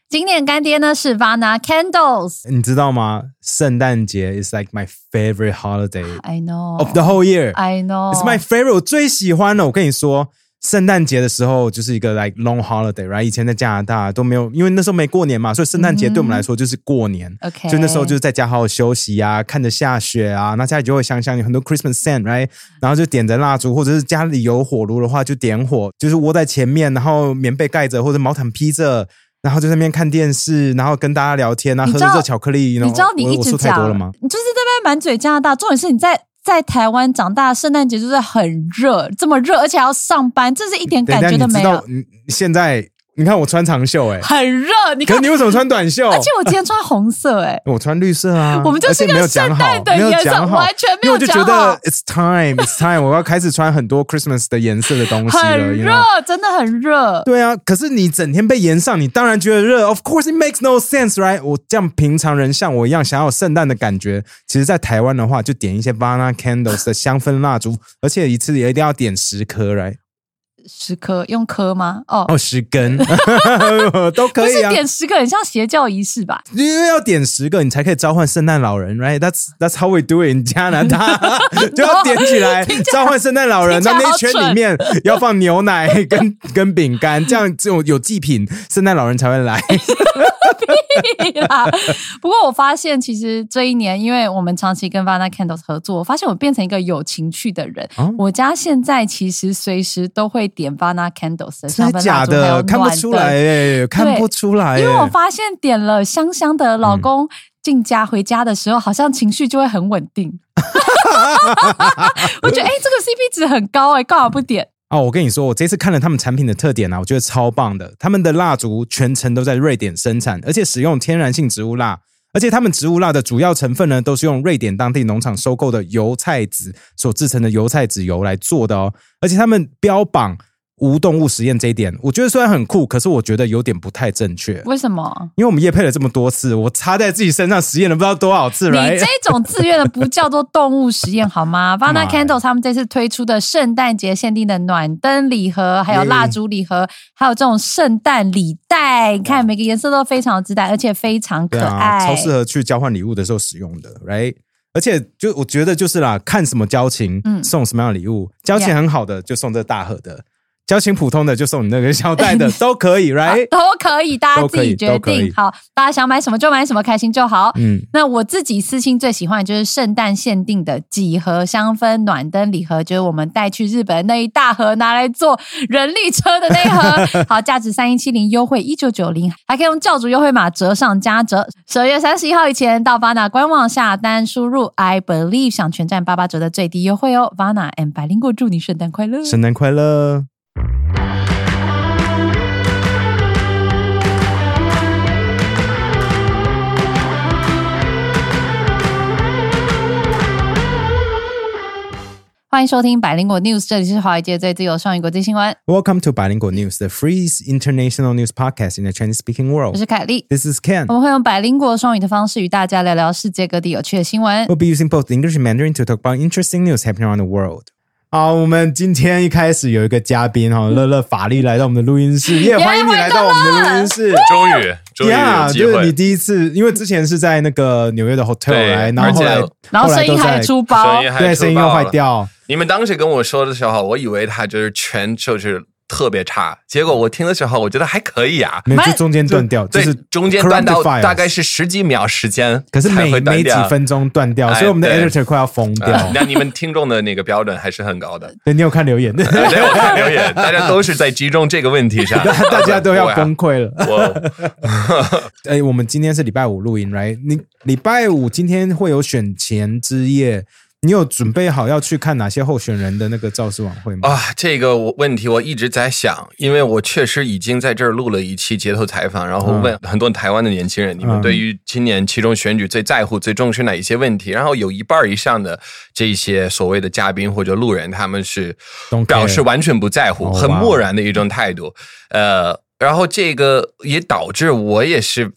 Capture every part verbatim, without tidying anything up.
今年干爹呢是 Vana Candles， 你知道吗？圣诞节 is like my favorite holiday I know of the whole year. I know It's my favorite. 我最喜欢的。我跟你说，圣诞节的时候就是一个 like long holiday, right? 以前在加拿大都没有，因为那时候没过年嘛，所以圣诞节对我们来说就是过年。 OK， 就那时候就是在家好好休息啊，看着下雪啊，那家里就会想想有很多 Christmas scent, right? 然后就点着蜡烛，或者是家里有火炉的话就点火，就是窝在前面，然后棉被盖着或者毛毯披着。然后就在那边看电视，然后跟大家聊天啊，喝着热巧克力。 你知道你一直讲，你就是这边满嘴加拿大，重点是你在在台湾长大，圣诞节就是很热，这么热，而且还要上班，这是一点感觉都没有。 你知道现在你看我穿长袖哎、欸， 很热。你看可是你为什么穿短袖？ 而且我今天穿红色哎、欸， 我穿绿色啊。 我们就是个圣诞的颜色，完全没有讲好。 因为我就觉得 it's time, it's time， 我要开始穿很多 Christmas 的颜色的东西了。 很热， you know? 真的很热。 对啊，可是你整天被延上，你当然觉得热。Of course, it makes no sense, right？ 我这样平常人像我一样想要有圣诞的感觉，其实在台湾的话，就点一些 Vana Candles 的香氛蜡烛，而且一次也一定要点十颗 ，right？ 十颗用颗吗？哦哦，十根都可以啊。 不是点十个，很像邪教仪式吧？ 因为要点十个，你才可以召唤圣诞老人 ，right? That's that's how we do it in 加拿大，就要点起来召唤圣诞老人。那那一圈里面要放牛奶跟跟饼干，这样这种有祭品，圣诞老人才会来。 屁啦！不过我发现，其实这一年，因为我们长期跟 Vana Candles 合作，我发现我变成一个有情趣的人。哦、我家现在其实随时都会点 Vana Candles 的香氛蜡烛，还有暖灯。 看不出来耶，看不出来耶。 因为我发现点了香香的，老公进家回家的时候，好像情绪就会很稳定。我觉得哎、欸，这个 C P 值很高哎，干嘛不点？ 哦，我跟你说，我这次看了他们产品的特点啊，我觉得超棒的。他们的蜡烛全程都在瑞典生产，而且使用天然性植物蜡，而且他们植物蜡的主要成分呢，都是用瑞典当地农场收购的油菜籽所制成的油菜籽油来做的哦。而且他们标榜无动物实验这一点，我觉得虽然很酷，可是我觉得有点不太正确。 为什么？ 因为我们业配了这么多次，我插在自己身上实验了不知道多少次。 你这种自愿的不叫做动物实验好吗？Vana Candles 他们这次推出的圣诞节限定的暖灯礼盒，还有蜡烛礼盒，还有这种圣诞礼袋，你看每个颜色都非常自带，而且非常可爱， 啊、超适合去交换礼物的时候使用的 ，right？而且就我觉得就是啦，看什么交情、嗯、送什么样的礼物，交情很好的就送这大盒的。交情普通的就送你那个小袋的都可以 right 都可以，大家自己决定。好，大家想买什么就买什么，开心就好。嗯，那我自己私心最喜欢的就是圣诞限定的几盒香氛暖灯礼盒，就是我们带去日本那一大盒拿来做人力车的那一盒。好，价值三一七零，优惠一九九零，还可以用教主优惠码折上加折。十二月三十一号以前到 Vana 官网下单，输入 I believe 享全站八八折的最低优惠哦。Vana and 百灵果祝你圣诞快乐， 圣诞快乐。 欢迎收听百灵果 News， 这里是华语界最自由双语国际新闻。 Welcome to 百灵果 News, the free international news podcast in the Chinese-speaking world. 我是凯莉 ，This is Ken. 我们会用百灵果双语的方式与大家聊聊世界各地有趣的新闻。 We'll be using both English and Mandarin to talk about interesting news happening around the world. 好，我们今天一开始有一个嘉宾哈，乐乐法力来到我们的录音室，也欢迎你来到我们的录音室。 终于，终于有机会， 就是你第一次，因为之前是在那个纽约的 hotel 来，然后后来， 然后声音还出包， 对，声音又坏掉。 你们当时跟我说的时候，我以为他就是全就是特别差，结果我听的时候，我觉得还可以啊， 没有就中间断掉，就是中间断到大概是十几秒时间， 可是每每几分钟断掉，所以我们的 editor 快要疯掉。 那你们听众的那个标准还是很高的。 对，你有看留言？对， 我看留言，大家都是在集中这个问题上， 大家都要崩溃了。我，哎，我们今天是礼拜五录音 ，right？ 你礼拜五今天会有选前之夜。你有准备好要去看哪些候选人的那个造势晚会吗？ 啊，这个问题我一直在想，因为我确实已经在这儿录了一期街头采访，然后问很多台湾的年轻人，嗯、你们对于今年期中选举最在乎、最重视哪一些问题？然后有一半以上的这些所谓的嘉宾或者路人，他们是表示完全不在乎， oh, 很漠然的一种态度。呃，然后这个也导致我也是。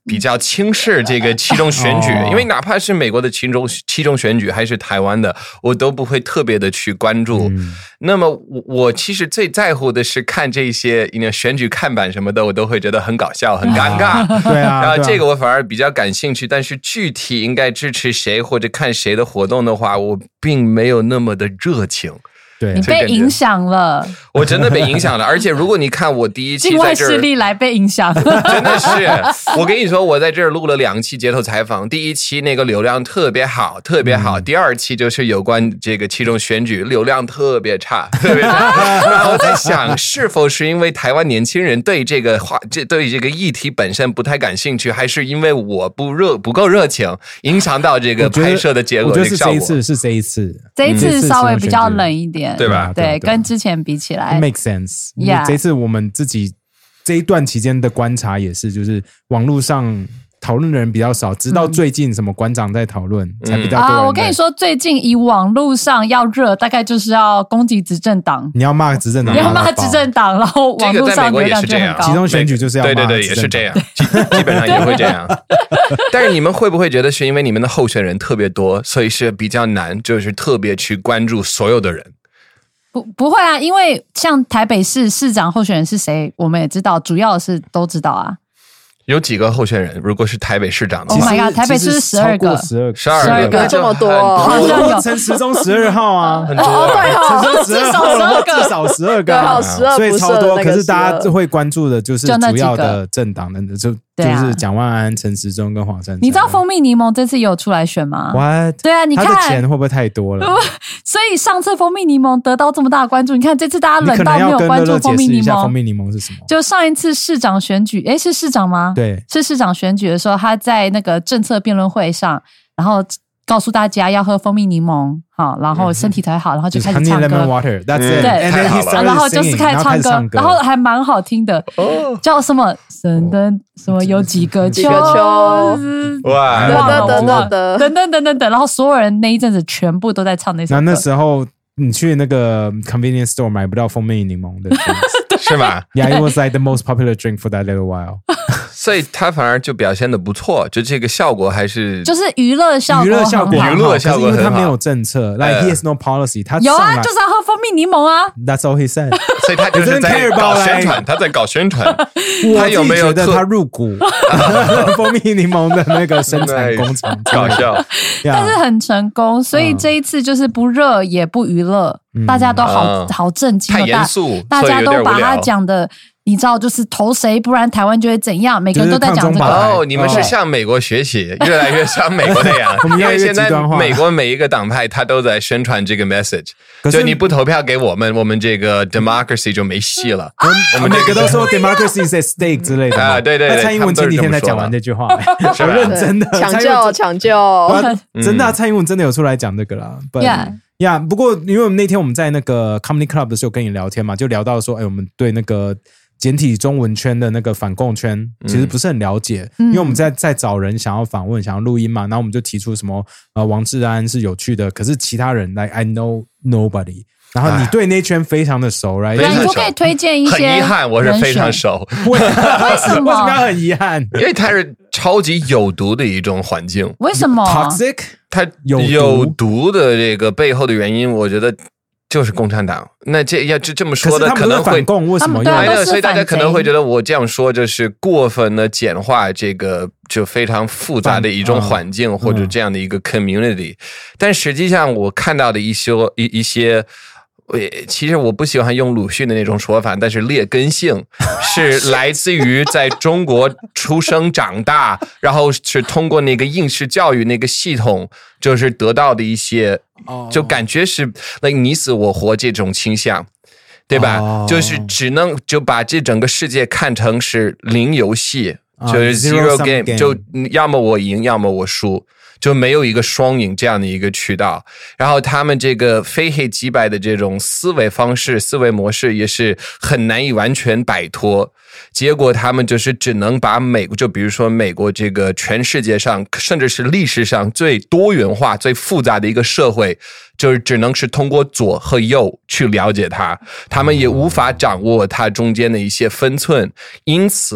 比较轻视这个期中选举，因为哪怕是美国的期中期中选举，还是台湾的，我都不会特别的去关注。嗯、那么我我其实最在乎的是看这些选举看板什么的，我都会觉得很搞笑、很尴尬。 对啊， 然后这个我反而比较感兴趣，但是具体应该支持谁或者看谁的活动的话，我并没有那么的热情。 对， 你被影响了， 我真的被影响了。而且如果你看我第一期在这儿，境外势力来被影响， 真的是。我跟你说，我在这儿录了两期街头采访，第一期那个流量特别好，特别好。嗯、第二期就是有关这个期中选举，流量特别差，特别差。然后我在想，是否是因为台湾年轻人对这个话，这对这个议题本身不太感兴趣，还是因为我不热不够热情，影响到这个拍摄的结果？ 我觉得是这一次，是这一次， 这一次稍微比较冷一点。 对吧？ 对，跟之前比起来 ，make sense。Yeah. 这次我们自己这一段期间的观察也是，就是网络上讨论的人比较少，直到最近什么馆长在讨论、嗯、才比较多人、 啊。我跟你说，最近以网络上要热，大概就是要攻击执政党。 你要骂执政党， 你要骂执政党，然后网络上流量就很高。 其中选举就是要骂对对对，也是这样，基基本上也会这样。但是你们会不会觉得是因为你们的候选人特别多，所以是比较难，就是特别去关注所有的人？ 不不会啊，因为像台北市市长候选人是谁，我们也知道，主要是都知道啊。 有几个候选人？如果是台北市长的 ，Oh my god， 台北市是十二个， 十二十二个，这么多， 好像有陈时中十二号啊， 很多， 哦对哦，至少十二个，至少十二个， 好十二， 所以超多。可是大家会关注的就是主要的政党的，就就是蒋万安、陈时中跟黄珊珊。 你知道蜂蜜柠檬这次有出来选吗 ？What？ 对啊，你看他的钱会不会太多了？ 所以上次蜂蜜柠檬得到这么大的关注，你看这次大家冷到没有关注蜂蜜柠檬。 蜂蜜柠檬是什么？ 就上一次市长选举，诶，是市长吗？ 对， 是市长选举的时候，他在那个政策辩论会上，然后告诉大家要喝蜂蜜柠檬，好，然后身体才好，然后就开始唱歌。 Water, that's it. 对，然后就是开始唱歌，然后还蛮好听的，叫什么？神灯什么？有几个秋？ 哇， 忘了，我忘了，等等等等等，然后所有人那一阵子全部都在唱那首歌。 那那时候你去那个 convenience store 买不到蜂蜜柠檬的， 是吧 ？Yeah, it was like the most popular drink for that little while. 所以他反而就表现的不错，就这个效果还是就是娱乐效果， 娱乐效果， 娱乐效果很好。 因为他没有政策 ，like he has no policy， 他有啊，就是要喝蜂蜜柠檬啊。 That's all he said。 所以他就是在搞宣传，他在搞宣传。 他有没有觉得他入股蜂蜜柠檬的那个生产工厂？ 搞笑， 但是很成功。所以这一次就是不热也不娱乐，大家都好好震惊， 太严肃， 大家都把他讲的。你知道，就是投谁，不然台湾就会怎样？每个人都在讲这个。 哦，你们是向美国学习，越来越像美国那样。因为现在美国每一个党派，他都在宣传这个 message， 就你不投票给我们，我们这个 democracy 就没戏了。 啊、我们每个都说 democracy is at stake 之类的啊，对对对。 蔡英文前几天才讲完这句话， 是认真的抢救抢救， 真的、啊，蔡英文真的有出来讲这个啦。 Yeah。 呀，不过因为我们那天我们在那个 Comedy Club 的时候跟你聊天嘛，就聊到说，哎，我们对那个简体中文圈的那个反共圈其实不是很了解，嗯、因为我们在在找人想要访问、想要录音嘛，然后我们就提出什么呃王志安是有趣的，可是其他人 like I know nobody。然后你对那圈非常的熟 ，right？ 对，你就可以推荐一些。 很遗憾，我是非常熟。 为什么？ 为什么要很遗憾？ 因为它是超级有毒的一种环境。 为什么 ？Toxic？ 它有毒的这个背后的原因，我觉得就是共产党。那这要这这么说的，可能会反共为什么要？ 对，所以大家可能会觉得我这样说就是过分的简化这个就非常复杂的一种环境、嗯、或者这样的一个 community。但实际上，我看到的一些一一些。其实我不喜欢用鲁迅的那种说法，但是劣根性是来自于在中国出生长大，然后是通过那个应试教育那个系统，就是得到的一些，就感觉是 like 你死我活这种倾向，对吧？哦、就是只能就把这整个世界看成是零游戏，就是 zero game， game 就要么我赢，要么我输。就没有一个双赢这样的一个渠道，然后他们这个非黑即白的这种思维方式、思维模式也是很难以完全摆脱。结果他们就是只能把美国，就比如说美国这个全世界上，甚至是历史上最多元化、最复杂的一个社会，就是只能是通过左和右去了解它，他们也无法掌握它中间的一些分寸，因此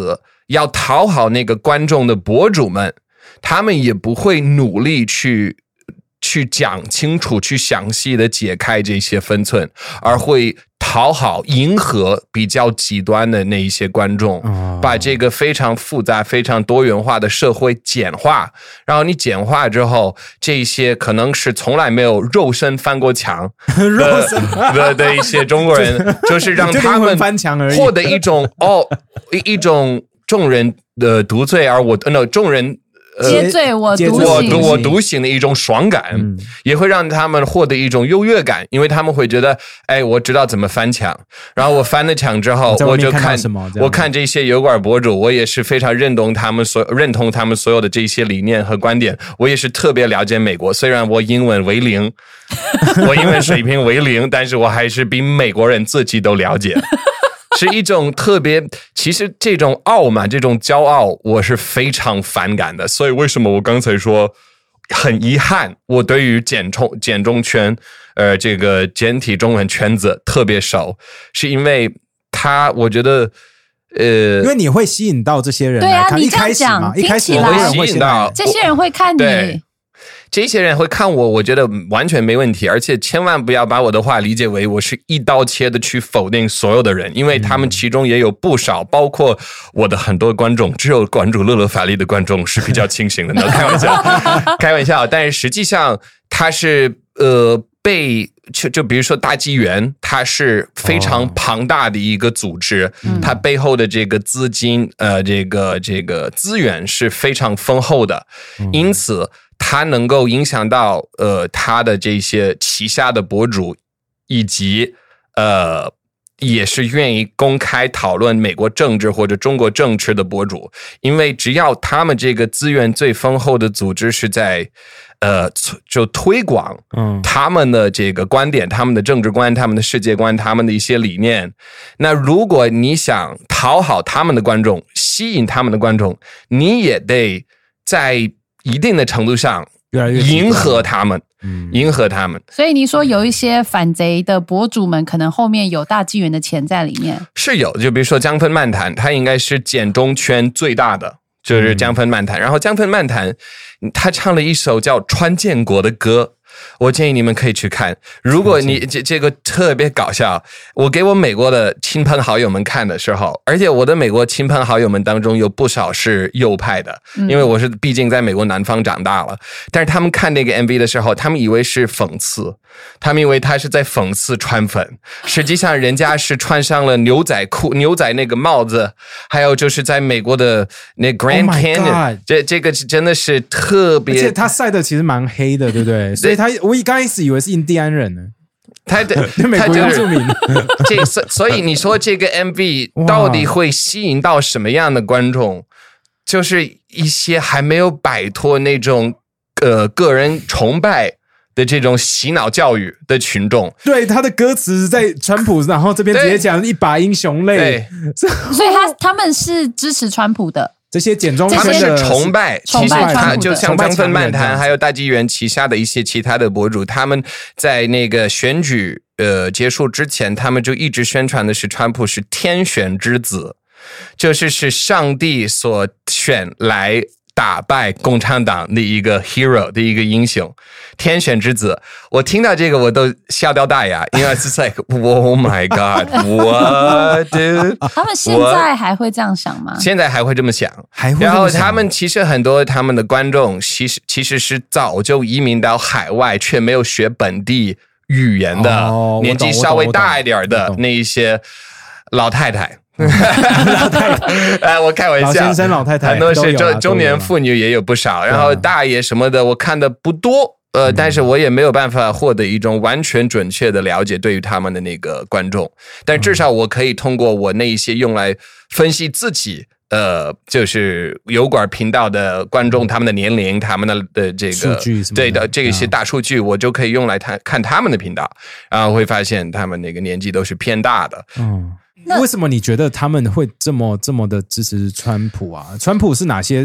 要讨好那个观众的博主们，他们也不会努力去去讲清楚，去详细的解开这些分寸，而会讨好迎合比较极端的那一些观众，哦、把这个非常复杂非常多元化的社会简化，然后你简化之后，这些可能是从来没有肉身翻过墙的的, 的一些中国人，就是让他们获得一种哦一种众人的独醉，而我 no 众人接罪我独行，我我独行的一种爽感、嗯，也会让他们获得一种优越感，因为他们会觉得，哎，我知道怎么翻墙，然后我翻了墙之后，我就看我看这些油管博主，我也是非常认同他们所认同他们所有的这些理念和观点，我也是特别了解美国，虽然我英文为零，我英文水平为零，但是我还是比美国人自己都了解。是一种特别，其实这种傲慢，这种骄傲，我是非常反感的。所以为什么我刚才说很遗憾，我对于减重、减重圈，呃，这个简体中文圈子特别熟，是因为他，我觉得，呃， 因为你会吸引到这些人来看，对啊，你一开始嘛，一开始我会吸引到这些人会看你。 这些人会看我，我觉得完全没问题，而且千万不要把我的话理解为我是一刀切的去否定所有的人，因为他们其中也有不少，包括我的很多观众，只有关注乐乐法律的观众是比较清醒的，开玩笑，开玩笑。但是实际上，他是呃被就就比如说大纪元，它是非常庞大的一个组织，哦、它背后的这个资金呃这个这个资源是非常丰厚的，嗯、因此。他能够影响到呃他的这些旗下的博主，以及呃也是愿意公开讨论美国政治或者中国政治的博主，因为只要他们这个资源最丰厚的组织是在呃就推广他们的这个观点、他们的政治观、他们的世界观、他们的一些理念，那如果你想讨好他们的观众，吸引他们的观众，你也得在一定的程度上迎合他们，迎合他们。 所以你说有一些反贼的博主们，可能后面有大纪元的钱在里面， 是有。就比如说江分漫谈，他应该是简中圈最大的，就是江分漫谈。然后江分漫谈，他唱了一首叫《川建国》的歌。我建议你们可以去看，如果你这这个特别搞笑，我给我美国的亲朋好友们看的时候，而且我的美国亲朋好友们当中有不少是右派的，因为我是毕竟在美国南方长大了，但是他们看那个 M V 的时候，他们以为是讽刺，他们以为他是在讽刺川粉，实际上人家是穿上了牛仔裤、牛仔那个帽子，还有就是在美国的那 Grand Canyon，、oh、这这个真的是特别， 而且他晒的其实蛮黑的，对不对？所以他我刚开始以为是印第安人呢， 他的美国原住民。 这所以你说这个 M V 到底会吸引到什么样的观众？就是一些还没有摆脱那种呃个人崇拜的这种洗脑教育的群众。 对，他的歌词在川普，然后这边直接讲一把英雄泪， 所以他他们是支持川普的。 这些简中圈的他们是崇拜，其实他就像江分漫谈还有大纪元旗下的一些其他的博主，他们在那个选举呃结束之前，他们就一直宣传的是川普是天选之子，就是是上帝所选来打败共产党的一个 hero 的一个英雄，天选之子。我听到这个我都笑掉大牙，因为 it's like oh my god what dude 他们现在还会这样想吗？ 现在还会这么想， 还会。 然后他们其实很多他们的观众其实其实是早就移民到海外，却没有学本地语言的、哦、年纪稍微大一点的那一些老太太。 老太太， 哎，我开玩笑， 老先生、老太太， 很多是中中年妇女也有不少，然后大爷什么的，我看的不多，呃，但是我也没有办法获得一种完全准确的了解对于他们的那个观众，但至少我可以通过我那一些用来分析自己。呃，就是油管频道的观众，他们的年龄，他们的的这个对的这些大数据，我就可以用来看看他们的频道，然后会发现他们那个年纪都是偏大的。 嗯，为什么你觉得他们会这么这么的支持川普啊？川普是哪些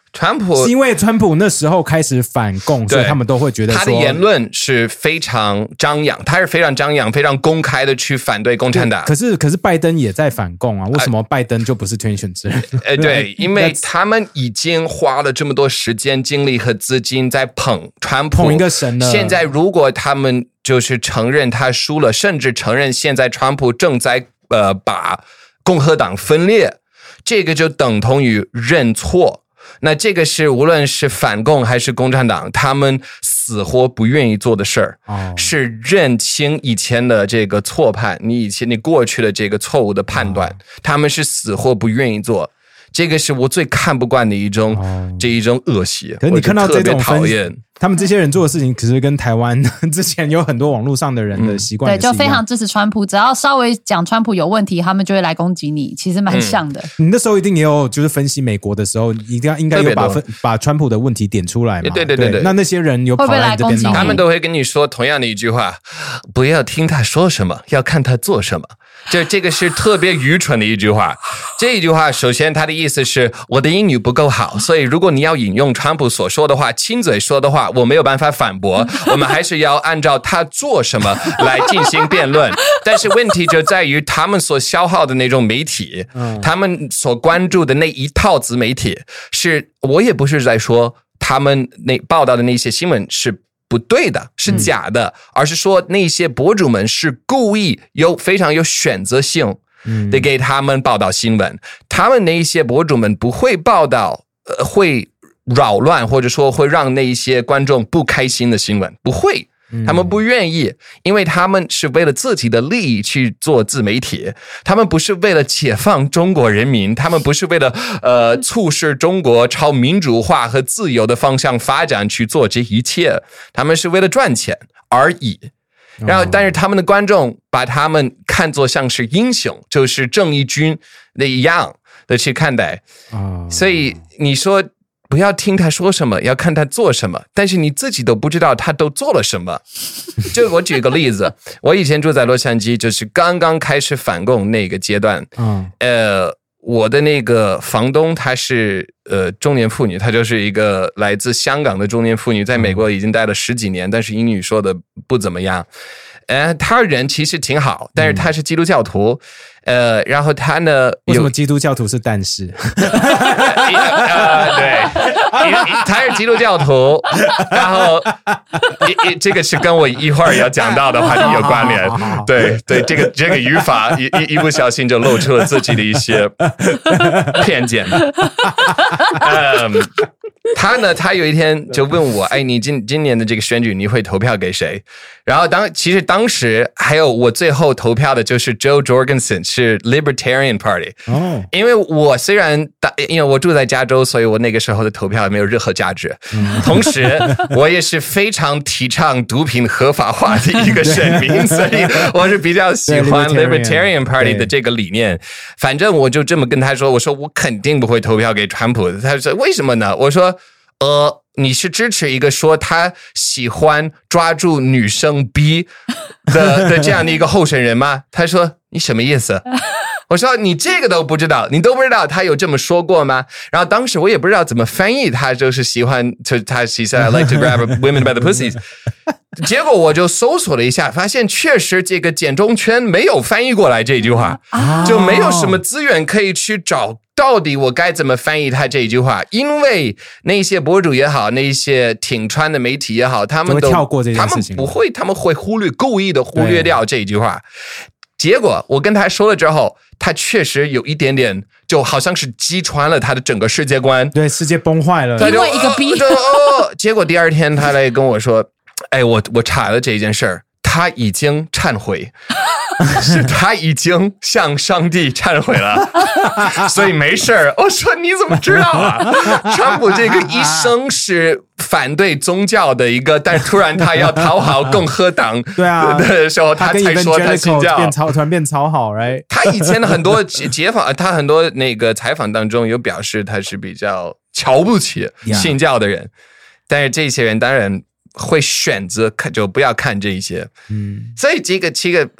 川普是因为川普那时候开始反共，所以他们都会觉得说他的言论是非常张扬，他是非常张扬、非常公开的去反对共产党。 可是，可是拜登也在反共啊，为什么拜登就不是天选之人？ 呃，对，因为他们已经花了这么多时间、精力和资金在捧川普， 捧一个神了。 现在如果他们就是承认他输了，甚至承认现在川普正在呃把共和党分裂，这个就等同于认错。那这个是无论是反共还是共产党，他们死活不愿意做的事儿，哦、是认清以前的这个错判，你以前你过去的这个错误的判断，哦、他们是死活不愿意做。这个是我最看不惯的一种、哦、这一种恶习， 可是你看到这种讨厌。 他们这些人做的事情，可是跟台湾之前有很多网络上的人的习惯、嗯， 对，就非常支持川普，只要稍微讲川普有问题，他们就会来攻击你，其实蛮像的。 嗯、你那时候一定也有，就是分析美国的时候，一定要应该有把分把川普的问题点出来嘛？ 对对对 对, 对。 那那些人有跑来这边闹， 他们都会跟你说同样的一句话：不要听他说什么，要看他做什么。这这个是特别愚蠢的一句话。这一句话，首先他的意思是我的英语不够好，所以如果你要引用川普所说的话，亲嘴说的话，我没有办法反驳，我们还是要按照他做什么来进行辩论。但是问题就在于他们所消耗的那种媒体，他们所关注的那一套子媒体，是我也不是在说他们那报道的那些新闻是不对的，是假的，嗯、而是说那些博主们是故意有非常有选择性的给他们报道新闻，嗯、他们那些博主们不会报道呃会扰乱或者说会让那些观众不开心的新闻，不会。他们不愿意，因为他们是为了自己的利益去做自媒体，他们不是为了解放中国人民，他们不是为了呃促使中国朝民主化和自由的方向发展去做这一切，他们是为了赚钱而已。然后，但是他们的观众把他们看作像是英雄，就是正义军的一样的去看待，所以你说。不要听他说什么，要看他做什么，但是你自己都不知道他都做了什么。就我举个例子，我以前住在洛杉矶，就是刚刚开始反共那个阶段，嗯，呃，我的那个房东她是呃中年妇女，她就是一个来自香港的中年妇女，在美国已经待了十几年，但是英语说的不怎么样。呃，她人其实挺好，但是她是基督教徒。呃，然后他呢？ 为什么基督教徒是但是？ 呃，对，他是基督教徒，然后这个是跟我一会儿要讲到的话题有关联。对对，这个这个语法一一不小心就露出了自己的一些偏见。嗯，他呢，他有一天就问我：“哎，你今今年的这个选举你会投票给谁？”然后当其实当时还有我最后投票的就是 Joe Jorgensen。是 Libertarian Party， 哦，因为我虽然因为我住在加州，所以我那个时候的投票没有任何价值。嗯、同时，我也是非常提倡毒品合法化的一个选民，所以我是比较喜欢 Libertarian Party 的这个理念。反正我就这么跟他说，我说我肯定不会投票给川普。他说为什么呢？我说呃。你是支持一个说他喜欢抓住女生逼的的这样的一个候选人吗？他说你什么意思？我说你这个都不知道，你都不知道他有这么说过吗？然后当时我也不知道怎么翻译，他就是喜欢，就他 she said I like to grab women by the pussies。结果我就搜索了一下，发现确实这个简中圈没有翻译过来这句话，就没有什么资源可以去找。到底我该怎么翻译他这一句话？因为那些博主也好，那些挺川的媒体也好，他们都跳过这件事情， 他们不会，他们会忽略，故意的忽略掉这一句话。结果我跟他说了之后，他确实有一点点，就好像是击穿了他的整个世界观， 对，世界崩坏了， 因为一个逼。 哦，结果第二天他来跟我说：“哎，我我查了这件事儿，他已经忏悔。”是他已经向上帝忏悔了，所以没事儿。我说你怎么知道啊？川普这个一生是反对宗教的一个，但是突然他要讨好共和党对啊的时候，他才说他信教， 变超突然变超好 ，right？ 他以前的很多解访，他很多那个采访当中有表示他是比较瞧不起信教的人， yeah. 但是这些人当然会选择看，就不要看这一些。嗯，所以这个这个。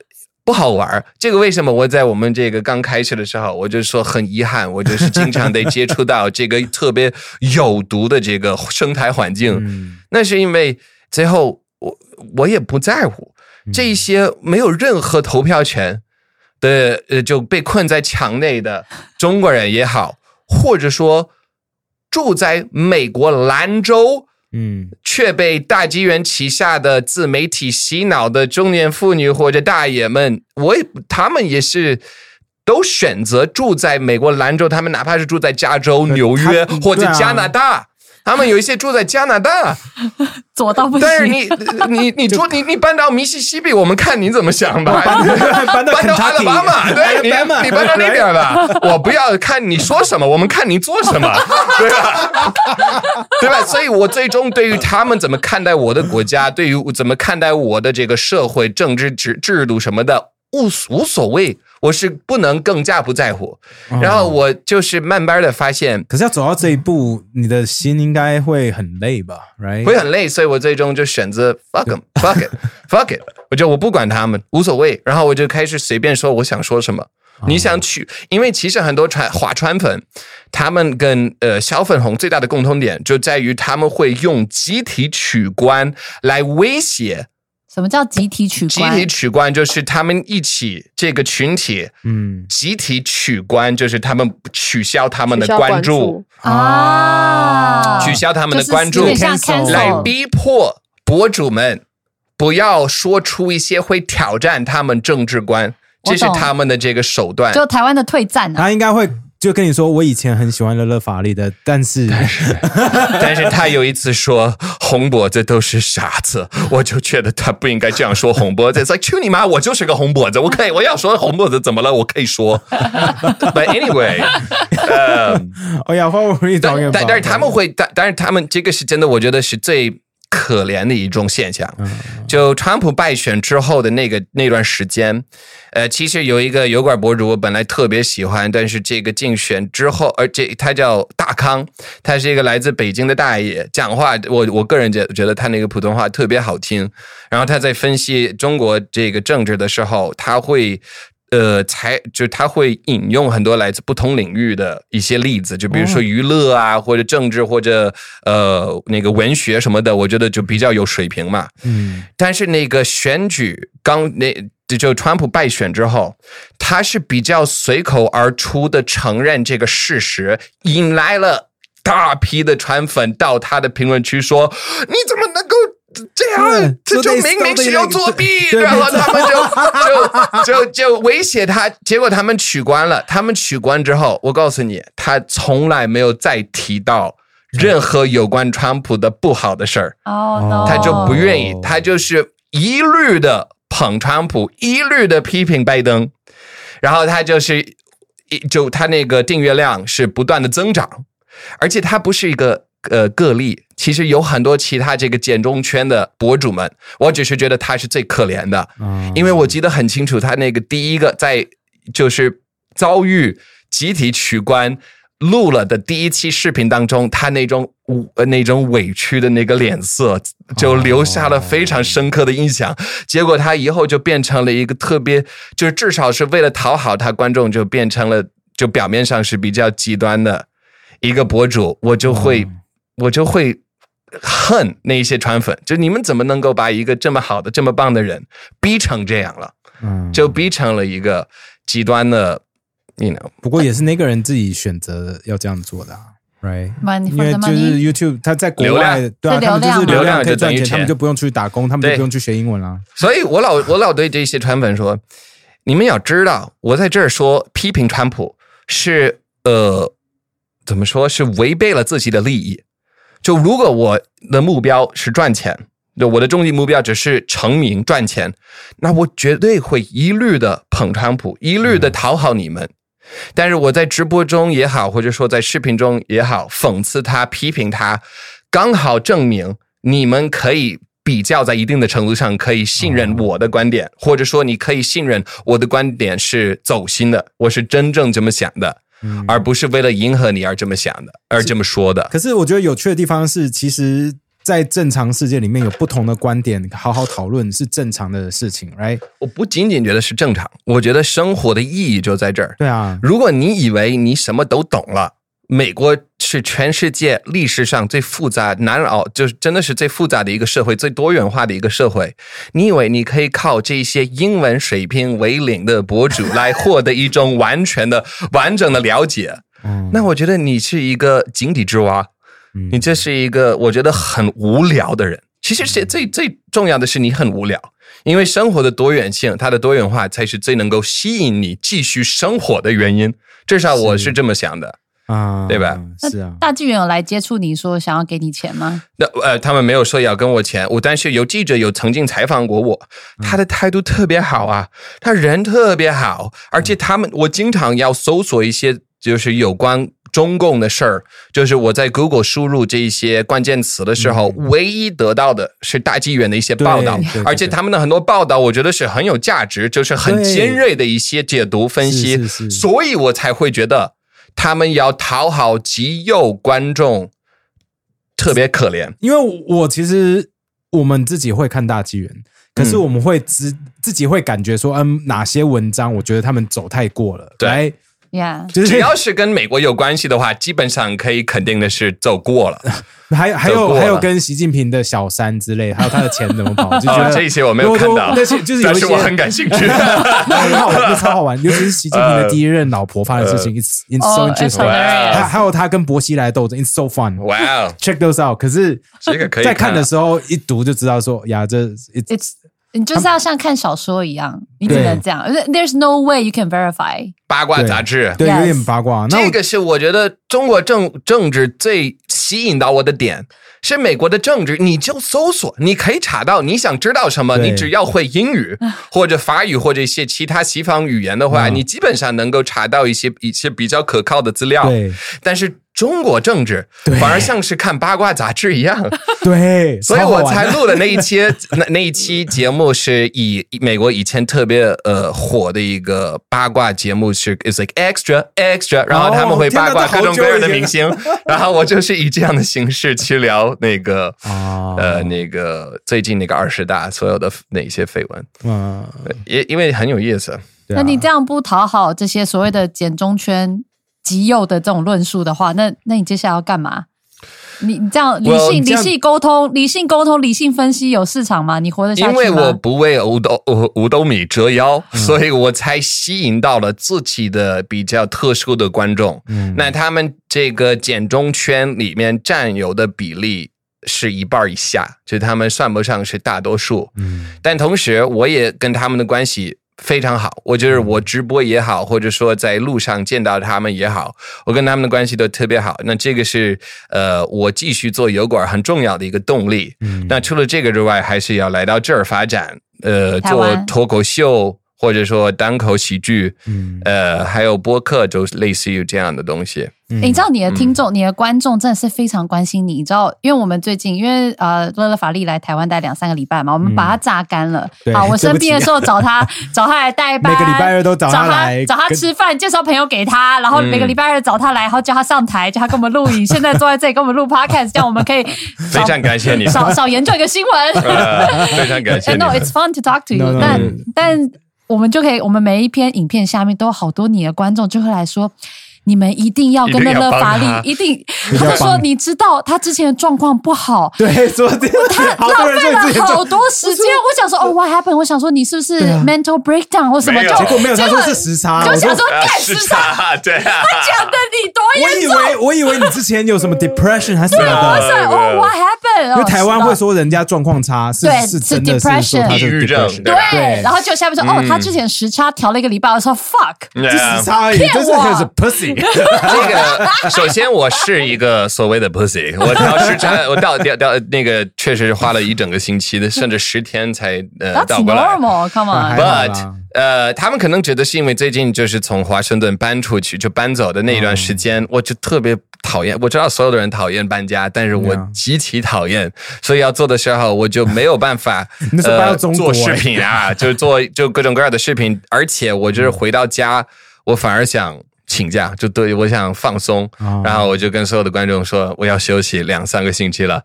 不好玩。这个为什么我在我们这个刚开始的时候，我就说很遗憾，我就是经常得接触到这个特别有毒的这个生态环境。嗯、那是因为最后我我也不在乎这些没有任何投票权的呃就被困在墙内的中国人也好，或者说住在美国兰州。嗯，却被大纪元旗下的自媒体洗脑的中年妇女或者大爷们，我也他们也是都选择住在美国兰州，他们哪怕是住在加州、纽约或者加拿大，他们有一些住在加拿大， 左到不行。 但是你你你住你你搬到密西西比，我们看你怎么想吧。 搬到阿拉巴马，对你你搬到那边吧。我不要看你说什么，我们看你做什么，对吧？对吧？所以我最终对于他们怎么看待我的国家，对于怎么看待我的这个社会、政治制制度什么的，无无所谓。我是不能更加不在乎，然后我就是慢慢的发现， 可是要走到这一步，你的心应该会很累吧 ？Right？ 会很累，所以我最终就选择 fuck them, fuck it, fuck it， 我就我不管他们，无所谓，然后我就开始随便说我想说什么。你想取，因为其实很多传华川粉，他们跟呃小粉红最大的共同点就在于他们会用集体取关来威胁。 什么叫集体取关？ 集体取关就是他们一起这个群体，嗯，集体取关就是他们取消他们的关注啊， 取消他们的关注， 就是来逼迫博主们不要说出一些会挑战他们政治观，这是他们的这个手段。 就台湾的退战、啊， 他应该会。就跟你说，我以前很喜欢乐乐法力的，但是但是但是他有一次说红脖子都是傻子，我就觉得他不应该这样说红脖子。It's like 去你妈，我就是个红脖子，我可以我要说红脖子怎么了？我可以说。But anyway， 呃， 哎呀，花无力找但但是他们会，但但是他们这个是真的，我觉得是最可怜的一种现象。就川普败选之后的那个那段时间，呃，其实有一个油管博主我本来特别喜欢，但是这个竞选之后，而这他叫大康，他是一个来自北京的大爷，讲话我我个人觉觉得他那个普通话特别好听，然后他在分析中国这个政治的时候，他会呃，才就他会引用很多来自不同领域的一些例子，就比如说娱乐啊，或者政治，或者呃那个文学什么的，我觉得就比较有水平嘛。嗯，但是那个选举刚那就川普败选之后，他是比较随口而出的承认这个事实，引来了大批的川粉到他的评论区说：“你怎么能够？”这样，这就明明是要作弊，然后他们就就就就威胁他，结果他们取关了。他们取关之后，我告诉你，他从来没有再提到任何有关川普的不好的事儿。哦，他就不愿意，他就是一律的捧川普，一律的批评拜登，然后他就是就他那个订阅量是不断的增长，而且他不是一个。呃，个例其实有很多其他这个简中圈的博主们，我只是觉得他是最可怜的，嗯、因为我记得很清楚，他那个第一个在就是遭遇集体取关录了的第一期视频当中，他那种那种委屈的那个脸色，就留下了非常深刻的印象。哦、结果他以后就变成了一个特别，就是至少是为了讨好他观众，就变成了就表面上是比较极端的一个博主，我就会。哦我就会恨那些川粉，就你们怎么能够把一个这么好的、这么棒的人逼成这样了？嗯，就逼成了一个极端的 ，you know。 不过也是那个人自己选择要这样做的、啊、，right？ 因为就是 YouTube 他在国外，对啊，他们就是流量可以赚钱，他们就不用出去打工，他们就不用去学英文啦。 所以我老我老对这些川粉说，你们要知道，我在这儿说批评川普是呃怎么说是违背了自己的利益。就如果我的目标是赚钱，就我的终极目标只是成名赚钱，那我绝对会一律的捧川普，一律的讨好你们。但是我在直播中也好，或者说在视频中也好，讽刺他、批评他，刚好证明你们可以比较在一定的程度上可以信任我的观点，或者说你可以信任我的观点是走心的，我是真正这么想的。嗯、而不是为了迎合你而这么想的，而这么说的。 可是我觉得有趣的地方是，其实在正常世界里面有不同的观点，好好讨论是正常的事情 right？ 我不仅仅觉得是正常，我觉得生活的意义就在这儿。 对啊， 如果你以为你什么都懂了，美国是全世界历史上最复杂难熬，就是真的是最复杂的一个社会，最多元化的一个社会。你以为你可以靠这些英文水平为零的博主来获得一种完全的完整的了解？嗯，那我觉得你是一个井底之蛙，嗯，你这是一个我觉得很无聊的人。其实是最最重要的是你很无聊，因为生活的多元性，它的多元化才是最能够吸引你继续生活的原因。至少我是这么想的。啊，对吧？ 是啊。 大纪元有来接触你说想要给你钱吗？ 那呃，他们没有说要跟我钱，我但是有记者有曾经采访过我，他的态度特别好啊，他人特别好，而且他们我经常要搜索一些就是有关中共的事儿，就是我在 Google 输入这些关键词的时候，嗯，唯一得到的是大纪元的一些报道，而且他们的很多报道我觉得是很有价值，就是很尖锐的一些解读分析，是是是，所以我才会觉得他们要讨好极右观众特别可怜。 因为我其实我们自己会看大纪元，可是我们会自、嗯、自己会感觉说嗯，哪些文章我觉得他们走太过了， 对 Yeah. 只要是跟美国有关系的话，基本上可以肯定的是走过了。 还还有还有跟习近平的小三之类，还有他的钱怎么跑，就觉得、 哦、这一些我没有看到， 那些就是有一些， 但是我很感兴趣， 很好玩，超好玩。尤其是习近平的第一任老婆发生的事情、uh, ，it's it's so interesting。还还有他跟薄熙来斗争 ，it's so fun。 Wow， check those out。可是这个可以在看的时候一读就知道说，呀，这 it's, it's 你就是要像看小说一样，你只能这样。There's no way you can verify。 八卦杂志， 对， 对，有点八卦。 这个是我觉得中国政政治最吸引到我的点，是美国的政治，你就搜索，你可以查到你想知道什么，你只要会英语或者法语或者一些其他西方语言的话，嗯、你基本上能够查到一些一些比较可靠的资料。 对， 但是中国政治反而像是看八卦杂志一样， 对， 所以我才录的那一期那那一期节目是以美国以前特别呃火的一个八卦节目是 is like extra extra， 然后他们会八卦各种各样的明星，然后我就是以这样的形式去聊那个、哦、呃那个最近那个二十大所有的那些绯闻，嗯，因因为很有意思。 那你这样不讨好这些所谓的简中圈极右的这种论述的话，那那你接下来要干嘛？你你这样理性、well, 理性沟通、理性沟通、理性分析有市场吗？你活得下去吗？ 因为我不为五斗五斗米折腰、嗯，所以我才吸引到了自己的比较特殊的观众。嗯，那他们这个简中圈里面占有的比例是一半以下，就他们算不上是大多数。嗯，但同时我也跟他们的关系非常好，我就是我直播也好，或者说在路上见到他们也好，我跟他们的关系都特别好。那这个是呃我继续做油管很重要的一个动力。嗯，那除了这个之外，还是要来到这儿发展，呃，做脱口秀或者说单口喜剧，嗯，呃，还有播客，就类似于这样的东西。 嗯、你知道你的听众、嗯、你的观众真的是非常关心你，你知道，因为我们最近因为呃乐乐法力来台湾待两三个礼拜嘛，我们把他榨干了。嗯、好，我生病的时候找他找他来代班， 每个礼拜二都找他来找他吃饭，介绍朋友给他，然后每个礼拜二找他来，然后叫他上台，叫他跟我们录影。现在坐在这里跟我们录 podcast， 这样我们可以非常感谢你， 少少研究一个新闻。 呃、非常感谢你。 No, it's fun to talk to you 。No, no, 但 no. 但我们就可以，我们每一篇影片下面都有好多你的观众就会来说。你们一定要跟乐乐法力，一定。他就说，你知道他之前的状况不好， 对，昨天他浪费了好多时间。我想说，哦 ，what happened？ 我想说，你是不是 mental breakdown 或什么？ 结果没有，他说是时差， 就想说干时差， 对啊， 他讲的你多严重。我以为，我以为你之前有什么 depression 还是什么的。 哦 ，what happened？ 因为台湾会说人家状况差，是是真的是说他是 depression， 对。然后就下面说，哦，他之前时差调了一个礼拜，我说 fuck， 就时差而已，这是 pussy。 这个首先我是一个所谓的 pussy， 我调时差，我到调调那个确实花了一整个星期的，甚至十天才呃倒过来。 That's normal, come on. But 呃，他们可能觉得是因为最近就是从华盛顿搬出去就搬走的那一段时间，我就特别讨厌。我知道所有的人讨厌搬家，但是我极其讨厌，所以要做的时候我就没有办法呃做视频啊，就做就各种各样的视频，而且我就是回到家，我反而想。请假就对我想放松、哦，然后我就跟所有的观众说我要休息两三个星期了，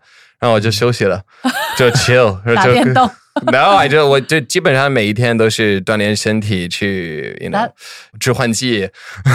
然后我就休息了，就 chill， 打电动。 然后我就我就基本上每一天都是锻炼身体去 ，you know， 致幻剂，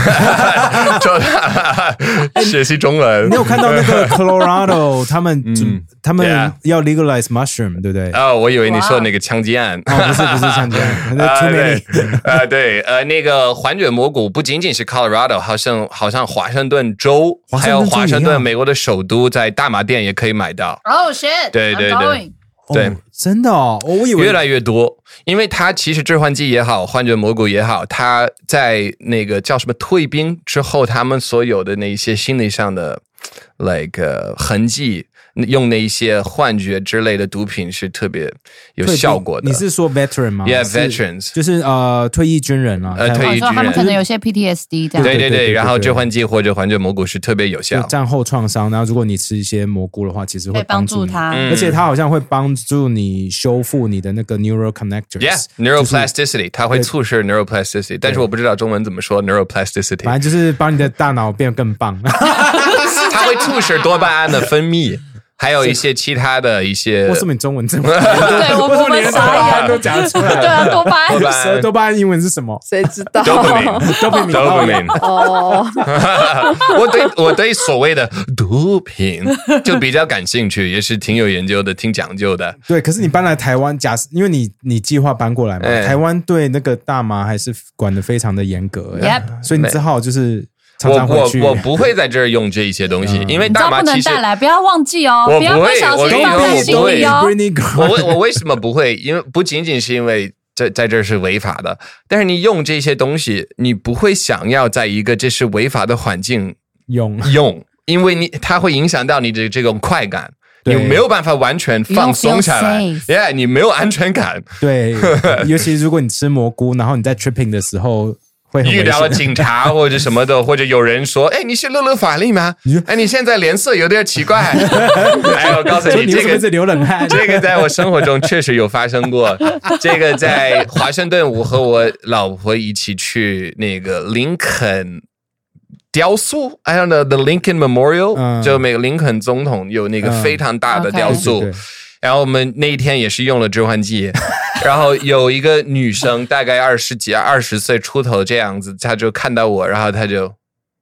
学习中文。 你有看到那个 Colorado 他们、嗯、他们要 legalize mushroom 对不对？ 哦，我以为你说那个枪击案， 哦，不是不是枪击案，那 too many。 呃，对，呃，那个环卷蘑菇不仅仅是 Colorado， 好像好像华盛顿州，还有华盛顿美国的首都，在大麻店也可以买到。 Oh shit！ 对对对。对、 哦，真的哦，我以为越来越多，因为它其实致幻剂也好，幻觉蘑菇也好，它在那个叫什么退兵之后，他们所有的那些心理上的 like、uh, 痕迹，用那一些幻觉之类的毒品是特别有效果的。 你是说 veteran 吗 ？Yeah, veterans， 就是呃退役军人啊， 呃退役军人， 他们可能有些 P T S D 这样。 对对 对, 对, 对，然后致幻剂或者环觉蘑菇是特别有效， 战后创伤。然后如果你吃一些蘑菇的话，其实会帮助他， 而且它好像会帮助你修复你的那个 neural connectors。 Yeah, neuroplasticity， 它会促使 neuroplasticity， 但是我不知道中文怎么说 neuroplasticity。 反正就是帮你的大脑变更棒。 它会促使多巴胺的分泌。还有一些其他的一些， 为什么你中文这么？ 对，我我们傻眼都讲出来。 对啊，多巴胺， 多巴胺英文是什么？ 谁知道 ？Dopamine， Dopamine。哦，我对我对所谓的毒品就比较感兴趣，也是挺有研究的，挺讲究的。 对，可是你搬来台湾，假设因为你你计划搬过来嘛，欸、台湾对那个大麻还是管得非常的严格， Yep 所以你只好就是。 我我我不会在这儿用这一些东西，嗯、因为大麻其实不能带来，不要忘记哦，不要不小心放在心里哦。 我我为什么不会？因为不仅仅是因为在在这儿是违法的，但是你用这些东西，你不会想要在一个这是违法的环境用用，因为你它会影响到你的这种快感。你没有办法完全放松下来 ，Yeah， 你没有安全感。 对，尤其如果你吃蘑菇，然后你在 tripping 的时候。 遇到了警察或者什么的，或者有人说：“哎，你是乐乐法力吗？哎，你现在脸色有点奇怪。”哎，我告诉你，这个是流冷汗， 这个在我生活中确实有发生过。这个在华盛顿，我和我老婆一起去那个林肯雕塑 ，I don't know the Lincoln Memorial，、嗯、就美国林肯总统有那个非常大的雕塑。嗯 okay. 然后我们那一天也是用了致幻剂，然后有一个女生大概二十几、二十岁出头这样子，她就看到我，然后她就，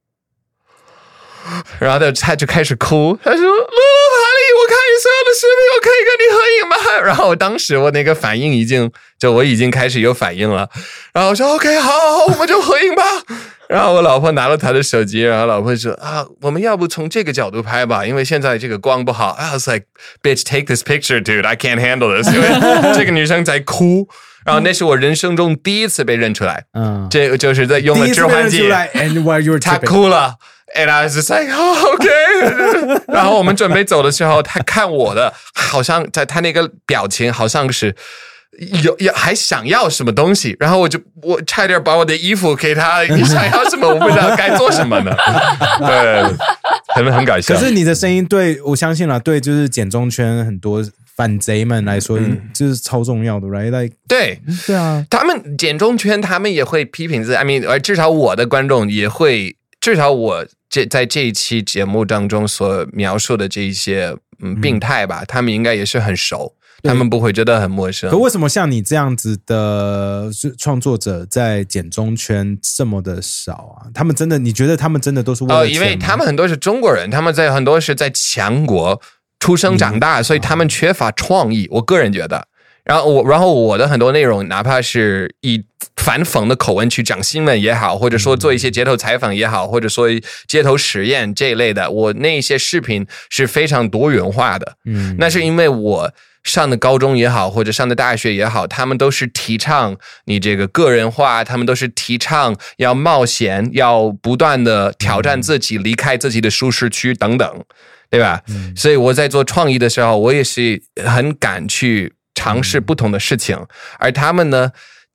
然后她就开始哭，她说：“乐乐法力，我看你所有的视频，我可以跟你合影吗？”然后当时我那个反应已经，就我已经开始有反应了，然后我说 ：“OK， 好好好，我们就合影吧。”然后我老婆拿了她的手机，然后老婆说啊，我们要不从这个角度拍吧，因为现在这个光不好。I was like, bitch, take this picture, dude. I can't handle this. 因为这个女生在哭，然后那是我人生中第一次被认出来。嗯，这个就是在用了致幻剂，她哭了。And I was just like, oh, okay. 然后我们准备走的时候，她看我的，好像在她那个表情，好像是。有有还想要什么东西，然后我就我差点把我的衣服给他。你想要什么？我不知道该做什么呢。对，很很搞笑。 可是你的声音对我相信了，对，就是简中圈很多反贼们来说，嗯、就是超重要的 ，right？ Like, 对对啊， 他们简中圈他们也会批评自己 ，I mean， 而至少我的观众也会，至少我这在这一期节目当中所描述的这一些嗯病态吧，他们应该也是很熟。他们不会觉得很陌生。 可为什么像你这样子的创作者在简中圈这么的少啊？他们真的，你觉得他们真的都是为了钱吗？ 哦，因为他们很多是中国人，他们在很多是在强国出生长大，嗯、所以他们缺乏创意。我个人觉得，然后我，然后我的很多内容，哪怕是以反讽的口吻去讲新闻也好，或者说做一些街头采访也好，或者说街头实验这一类的，我那些视频是非常多元化的。嗯，那是因为我。上的高中也好，或者上的大学也好，他们都是提倡你这个个人化，他们都是提倡要冒险，要不断的挑战自己，离开自己的舒适区等等，对吧？嗯、所以我在做创意的时候，我也是很敢去尝试不同的事情，而他们呢，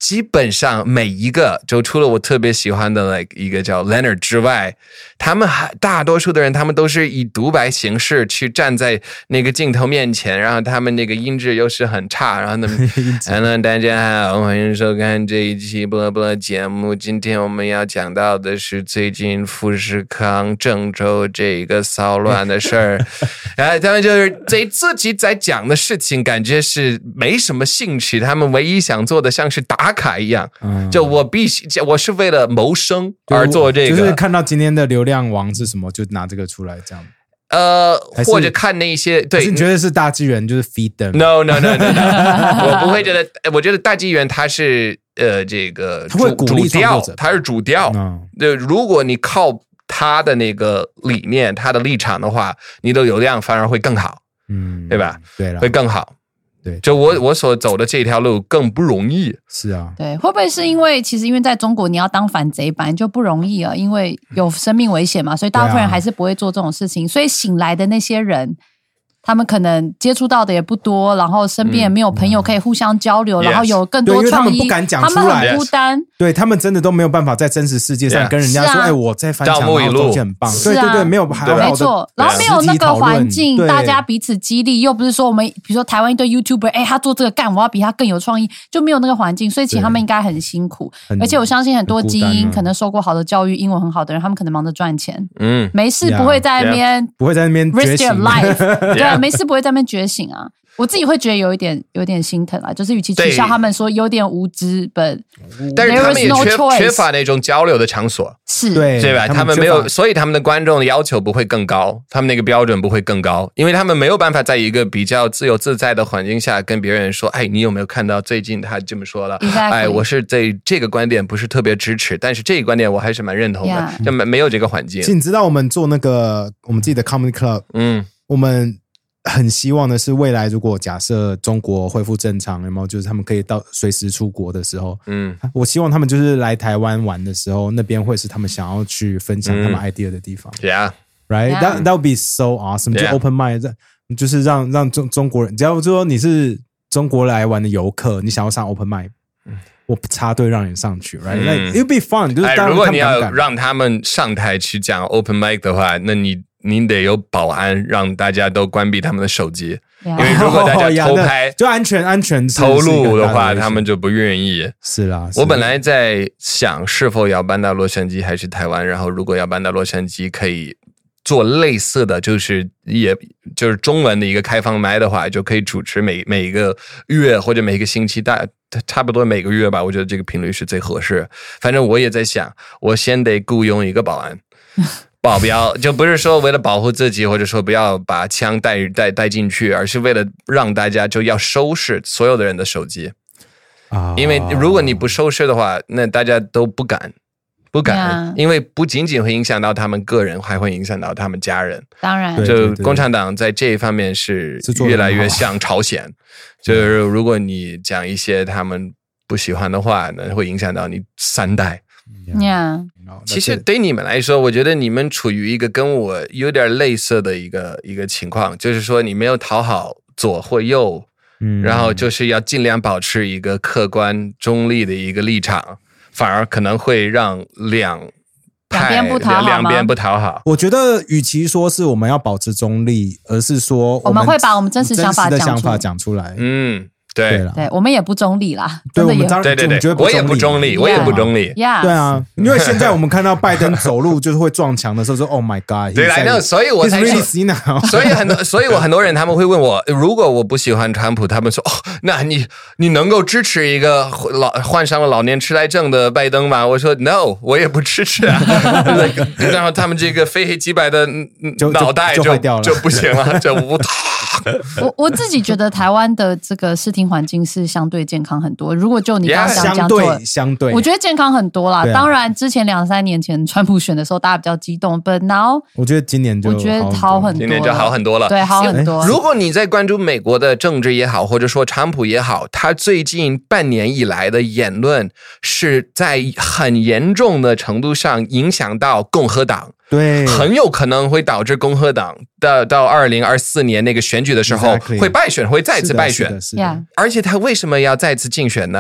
基本上每一个，就除了我特别喜欢的 like 一个叫 Leonard 之外，他们还大多数的人，他们都是以独白形式去站在那个镜头面前，然后他们那个音质又是很差，然后他们，Hello 大家好，欢迎收看这一期波波节目。今天我们要讲到的是最近富士康郑州这个骚乱的事儿，然后他们就是对自己在讲的事情，感觉是没什么兴趣，他们唯一想做的像是打卡一样，嗯、就我必须，我是为了谋生而做这个， 就是看到今天的流量王是什么，就拿这个出来这样。 呃，或者看那些对， 你觉得是大纪元就是 feed them？ No no no no no， 我不会觉得，我觉得大纪元他是呃这个他会鼓励主调，他是主调。对、嗯，如果你靠他的那个理念、他的立场的话，你的流量反而会更好，嗯，对吧？ 对了， 会更好。 对， 就我我所走的这条路更不容易。 是啊， 对，会不会是因为其实因为在中国你要当反贼版就不容易了，因为有生命危险嘛，所以大部分人还是不会做这种事情，所以醒来的那些人。他们可能接触到的也不多，然后身边也没有朋友可以互相交流，嗯、然后有更多创意， 他们不敢讲出来， 他们很孤单。 对，他们真的都没有办法在真实世界上跟人家说：“哎、啊欸，我在翻墙，然后东西很棒。”对对对，没有，还有没错，然后没有那个环境，大家彼此激励，又不是说我们，比如说台湾一堆 YouTuber， 哎、欸，他做这个干，我要比他更有创意，就没有那个环境，所以其实他们应该很辛苦。而且我相信很多基因可能受过好的教育、英文很好的人，他们可能忙着赚钱，嗯，没事不会在那边， 不会在那边 risk their life， 对，没事不会在那边。觉醒啊！我自己会觉得有一点有点心疼啊，就是与其取笑他们说有点无知，本但是他们也缺缺乏那种交流的场所， 是对对吧？他们没有，所以他们的观众的要求不会更高，他们那个标准不会更高，因为他们没有办法在一个比较自由自在的环境下跟别人说，哎，你有没有看到最近他这么说了？ Exactly. 哎，我是对这个观点不是特别支持，但是这个观点我还是蛮认同的， yeah. 就没没有这个环境。 你知道我们做那个我们自己的 comedy club， 嗯，我们。很希望的是，未来如果假设中国恢复正常，有没有就是他们可以到随时出国的时候，嗯，我希望他们就是来台湾玩的时候，那边会是他们想要去分享他们 idea 的地方。 嗯、yeah, right, yeah. that that would be so awesome. 就 open mind， 就是让让中中国人，只要说你是中国来玩的游客，你想要上 open mind，、嗯、我插队让你上去 ，right? 那、嗯 like, it'd be fun 就是当、 哎。如果你要让他们上台去讲 open mic 的话，那你。你得有保安，让大家都关闭他们的手机， yeah. 因为如果大家偷拍， 就安全安全偷录的话，他们就不愿意。 是啦， 我本来在想是否要搬到洛杉矶还是台湾，然后如果要搬到洛杉矶，可以做类似的，就是也就是中文的一个开放麦的话，就可以主持每每个月或者每个星期大。差不多每个月吧，我觉得这个频率是最合适。反正我也在想，我先得雇佣一个保安。保镖就不是说为了保护自己，或者说不要把枪带带带进去，而是为了让大家就要收拾所有的人的手机啊！因为如果你不收拾的话，那大家都不敢不敢， yeah. 因为不仅仅会影响到他们个人，还会影响到他们家人。 当然， 就共产党在这一方面是越来越像朝鲜，就是如果你讲一些他们不喜欢的话，那会影响到你三代。 Yeah. 其实对你们来说，我觉得你们处于一个跟我有点类似的一个一个情况，就是说你没有讨好左或右，嗯，然后就是要尽量保持一个客观中立的一个立场，反而可能会让两两边不讨好吗？ 两边不讨好。 我觉得与其说是我们要保持中立，而是说我们会把我们真实想法真实的想法讲出来。 嗯。对对，我们也不中立啦。 对，我们当然对对对，我也不中立，我也不中立。 Yeah, 对啊，因为现在我们看到拜登走路就是会撞墙的时候，说 "Oh my God"， 对来，那所以我才说，所以很多，所以我很多人他们会问我，如果我不喜欢川普，他们说哦，那你你能够支持一个老患上了老年痴呆症的拜登吗？我说 No， 我也不支持啊。然后他们这个非黑即白的脑袋就 就, 就, 就不行了，就无塔。 我我自己觉得台湾的这个视听环境是相对健康很多。如果就你刚刚讲相对相对， 我觉得健康很多啦。啊、当然，之前两三年前川普选的时候，大家比较激动 ，but now 我觉得今年就我觉得好很多， 今年就好很多了， 对，好很多。 如果你在关注美国的政治也好，或者说川普也好，他最近半年以来的言论是在很严重的程度上影响到共和党。 对， 很有可能会导致共和党到到二零二四年那个选举的时候会败选，会再次败选。 是的，是的，是的。 而且他为什么要再次竞选呢？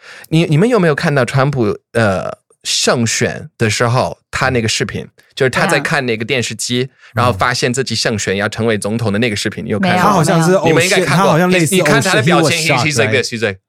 你你们有没有看到川普呃胜选的时候，他那个视频，就是他在看那个电视机，啊、然后发现自己胜选要成为总统的那个视频，你有看过？ 他好像是， 你们应该看过， 他好像类似。 你看他的表情 ，he's he's like this, he's like,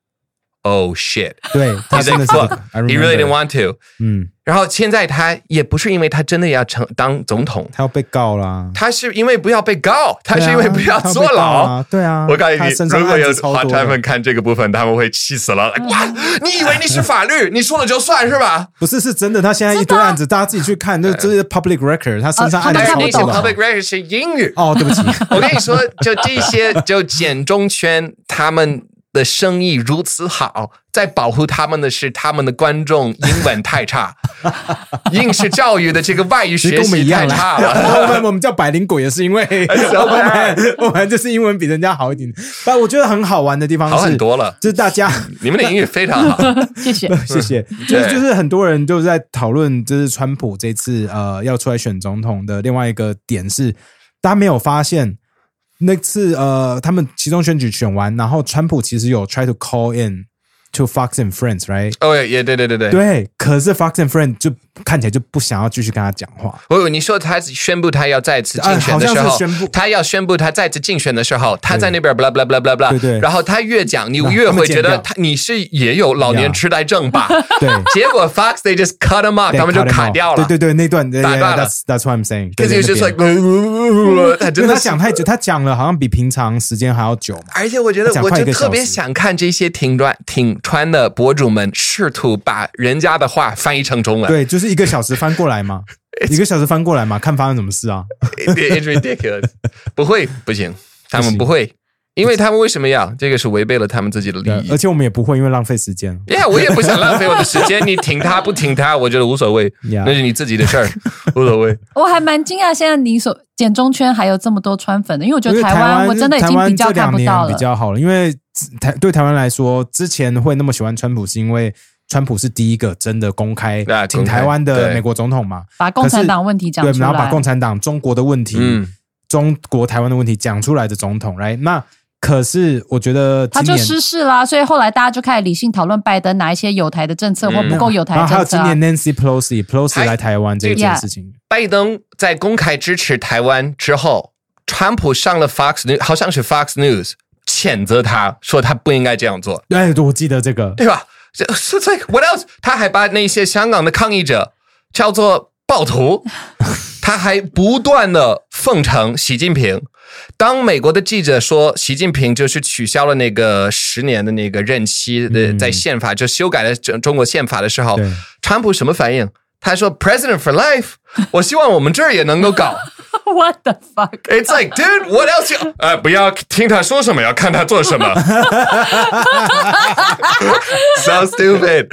oh shit， 对，他真的是、 like, he really didn't want to， 嗯。 然后现在他也不是因为他真的要成当总统， 他要被告啦。 他是因为不要被告，他是因为不要坐牢。 啊对啊， 我告诉你，如果有华侨们看这个部分，他们会气死了。哇，你以为你是法律，你说了就算是吧？ 不是，是真的。他现在一堆案子，大家自己去看，这这是 public record， 他身上案子超多。 那些 public record 是英语。 哦，对不起， 我跟你说，就这些，就简中圈他们的生意如此好，在保护他们的是他们的观众英文太差，应试教育的这个外语学习太差了。 我们我们叫百灵果也是因为我们我们就是英文比人家好一点。但我觉得很好玩的地方是， 好很多了， 就是大家你们的英语非常好， 谢谢谢谢。就是就是很多人就是在讨论，就是川普这次呃要出来选总统的另外一个点是，大家没有发现。那次呃，他们其中选举选完，然后川普其实有 try to call in to Fox and Friends, right? 哦，也对对对对对，可是 Fox and Friends 就看起来就不想要继续跟他讲话。 我你说他宣布他要再次竞选的时候， 呃、 他要宣布他再次竞选的时候，他在那边 blah blah blah blah blah， 对对， 然后他越讲，你越会觉得他你是也有老年痴呆症吧？ 对， 结果 Fox they just cut him off， 他们就砍掉了。 对对对，那段打断了。 That's that's what I'm saying。 Because he was just like， 他真的他讲太久，他讲了好像比平常时间还要久嘛。 而且我觉得，我就特别想看这些挺川挺川的博主们试图把人家的话翻译成中文。 对，就是一个小时翻过来嘛，一个小时翻过来嘛，看发生什么事啊 ？It's ridiculous， 不会，不行，他们不会，因为他们为什么要？这个是违背了他们自己的利益， 而且我们也不会，因为浪费时间。 Yeah， 我也不想浪费我的时间，你挺他不挺他，我觉得无所谓， yeah. 那是你自己的事儿，无所谓。 我还蛮惊讶，现在你所简中圈还有这么多川粉的，因为我觉得台湾我真的已经比较看不到了， 比较好了，因为台对台湾来说，之前会那么喜欢川普，是因为。川普是第一个真的公开挺台湾的美国总统嘛？ 把共产党问题讲出来， 对，然后把共产党、中国的问题、嗯、中国台湾的问题讲出来的总统，来，那可是我觉得他就失势啦，所以后来大家就开始理性讨论拜登哪一些有台的政策或不够有台的政策、啊。 然后还有今年 Nancy Pelosi Pelosi 来台湾这件事情， 拜登在公开支持台湾之后，川普上了 Fox News， 好像是 Fox News 谴责他，说他不应该这样做。 哎，我记得这个， 对吧？It's like what else？ 他还把那些香港的抗议者叫做暴徒，他还不断的奉承习近平。当美国的记者说习近平就是取消了那个十年的那个任期的，在宪法就修改了中国宪法的时候，川普什么反应？他说 President for life， 我希望我们这儿也能够搞。 What the fuck? It's like, dude, what else? 呃，不要听他说什么，要看他做什么。So stupid.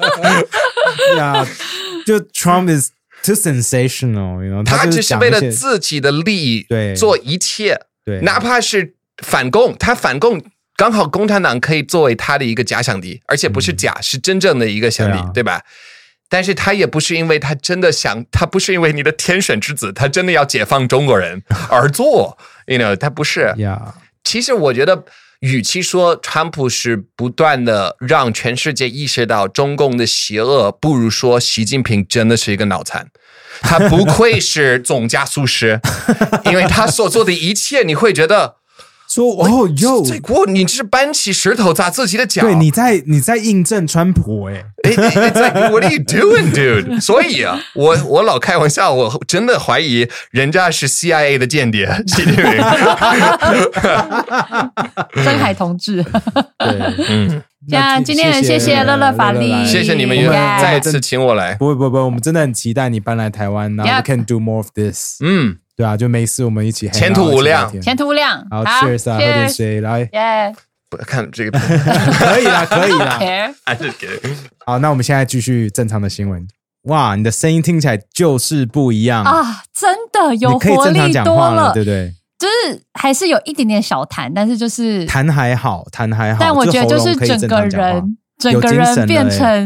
Yeah, 就 Trump is too sensational, you know. 他只是为了自己的利益做一切， 对， 哪怕是反共，他反共刚好共产党可以作为他的一个假想敌，而且不是假，嗯、是真正的一个想敌， 对,、啊、对吧？但是他也不是因为他真的想，他不是因为你的天选之子，他真的要解放中国人而做 ，you know， 他不是。 Yeah. 其实我觉得，与其说川普是不断的让全世界意识到中共的邪恶，不如说习近平真的是一个脑残。他不愧是总加速师，因为他所做的一切，你会觉得。 说哦哟， 这国你是搬起石头砸自己的脚， 对，你在你在印证川普哎、 欸、，It's like what are you doing, dude？ 所以啊，我我老开玩笑，我真的怀疑人家是 C I A 的间谍，习近平， 曾海同志， 对， 嗯。 这样，今天很谢谢乐乐法律， 谢谢你们再一次请我来。 不不不，我们真的很期待你搬来台湾，然后 we can do more of this。 嗯。 对啊，就没事，我们一起前途无量， 前途无量。 好 ，cheers 啊，喝点水来。 耶， 不看这个， 可以啦，可以啦。 还是给。 好，那我们现在继续正常的新闻。哇，你的声音听起来就是不一样啊！真的有活力多了， 对不对？ 就是还是有一点点小痰，但是就是痰还好，痰还好。 但我觉得就是整个人，整个人变成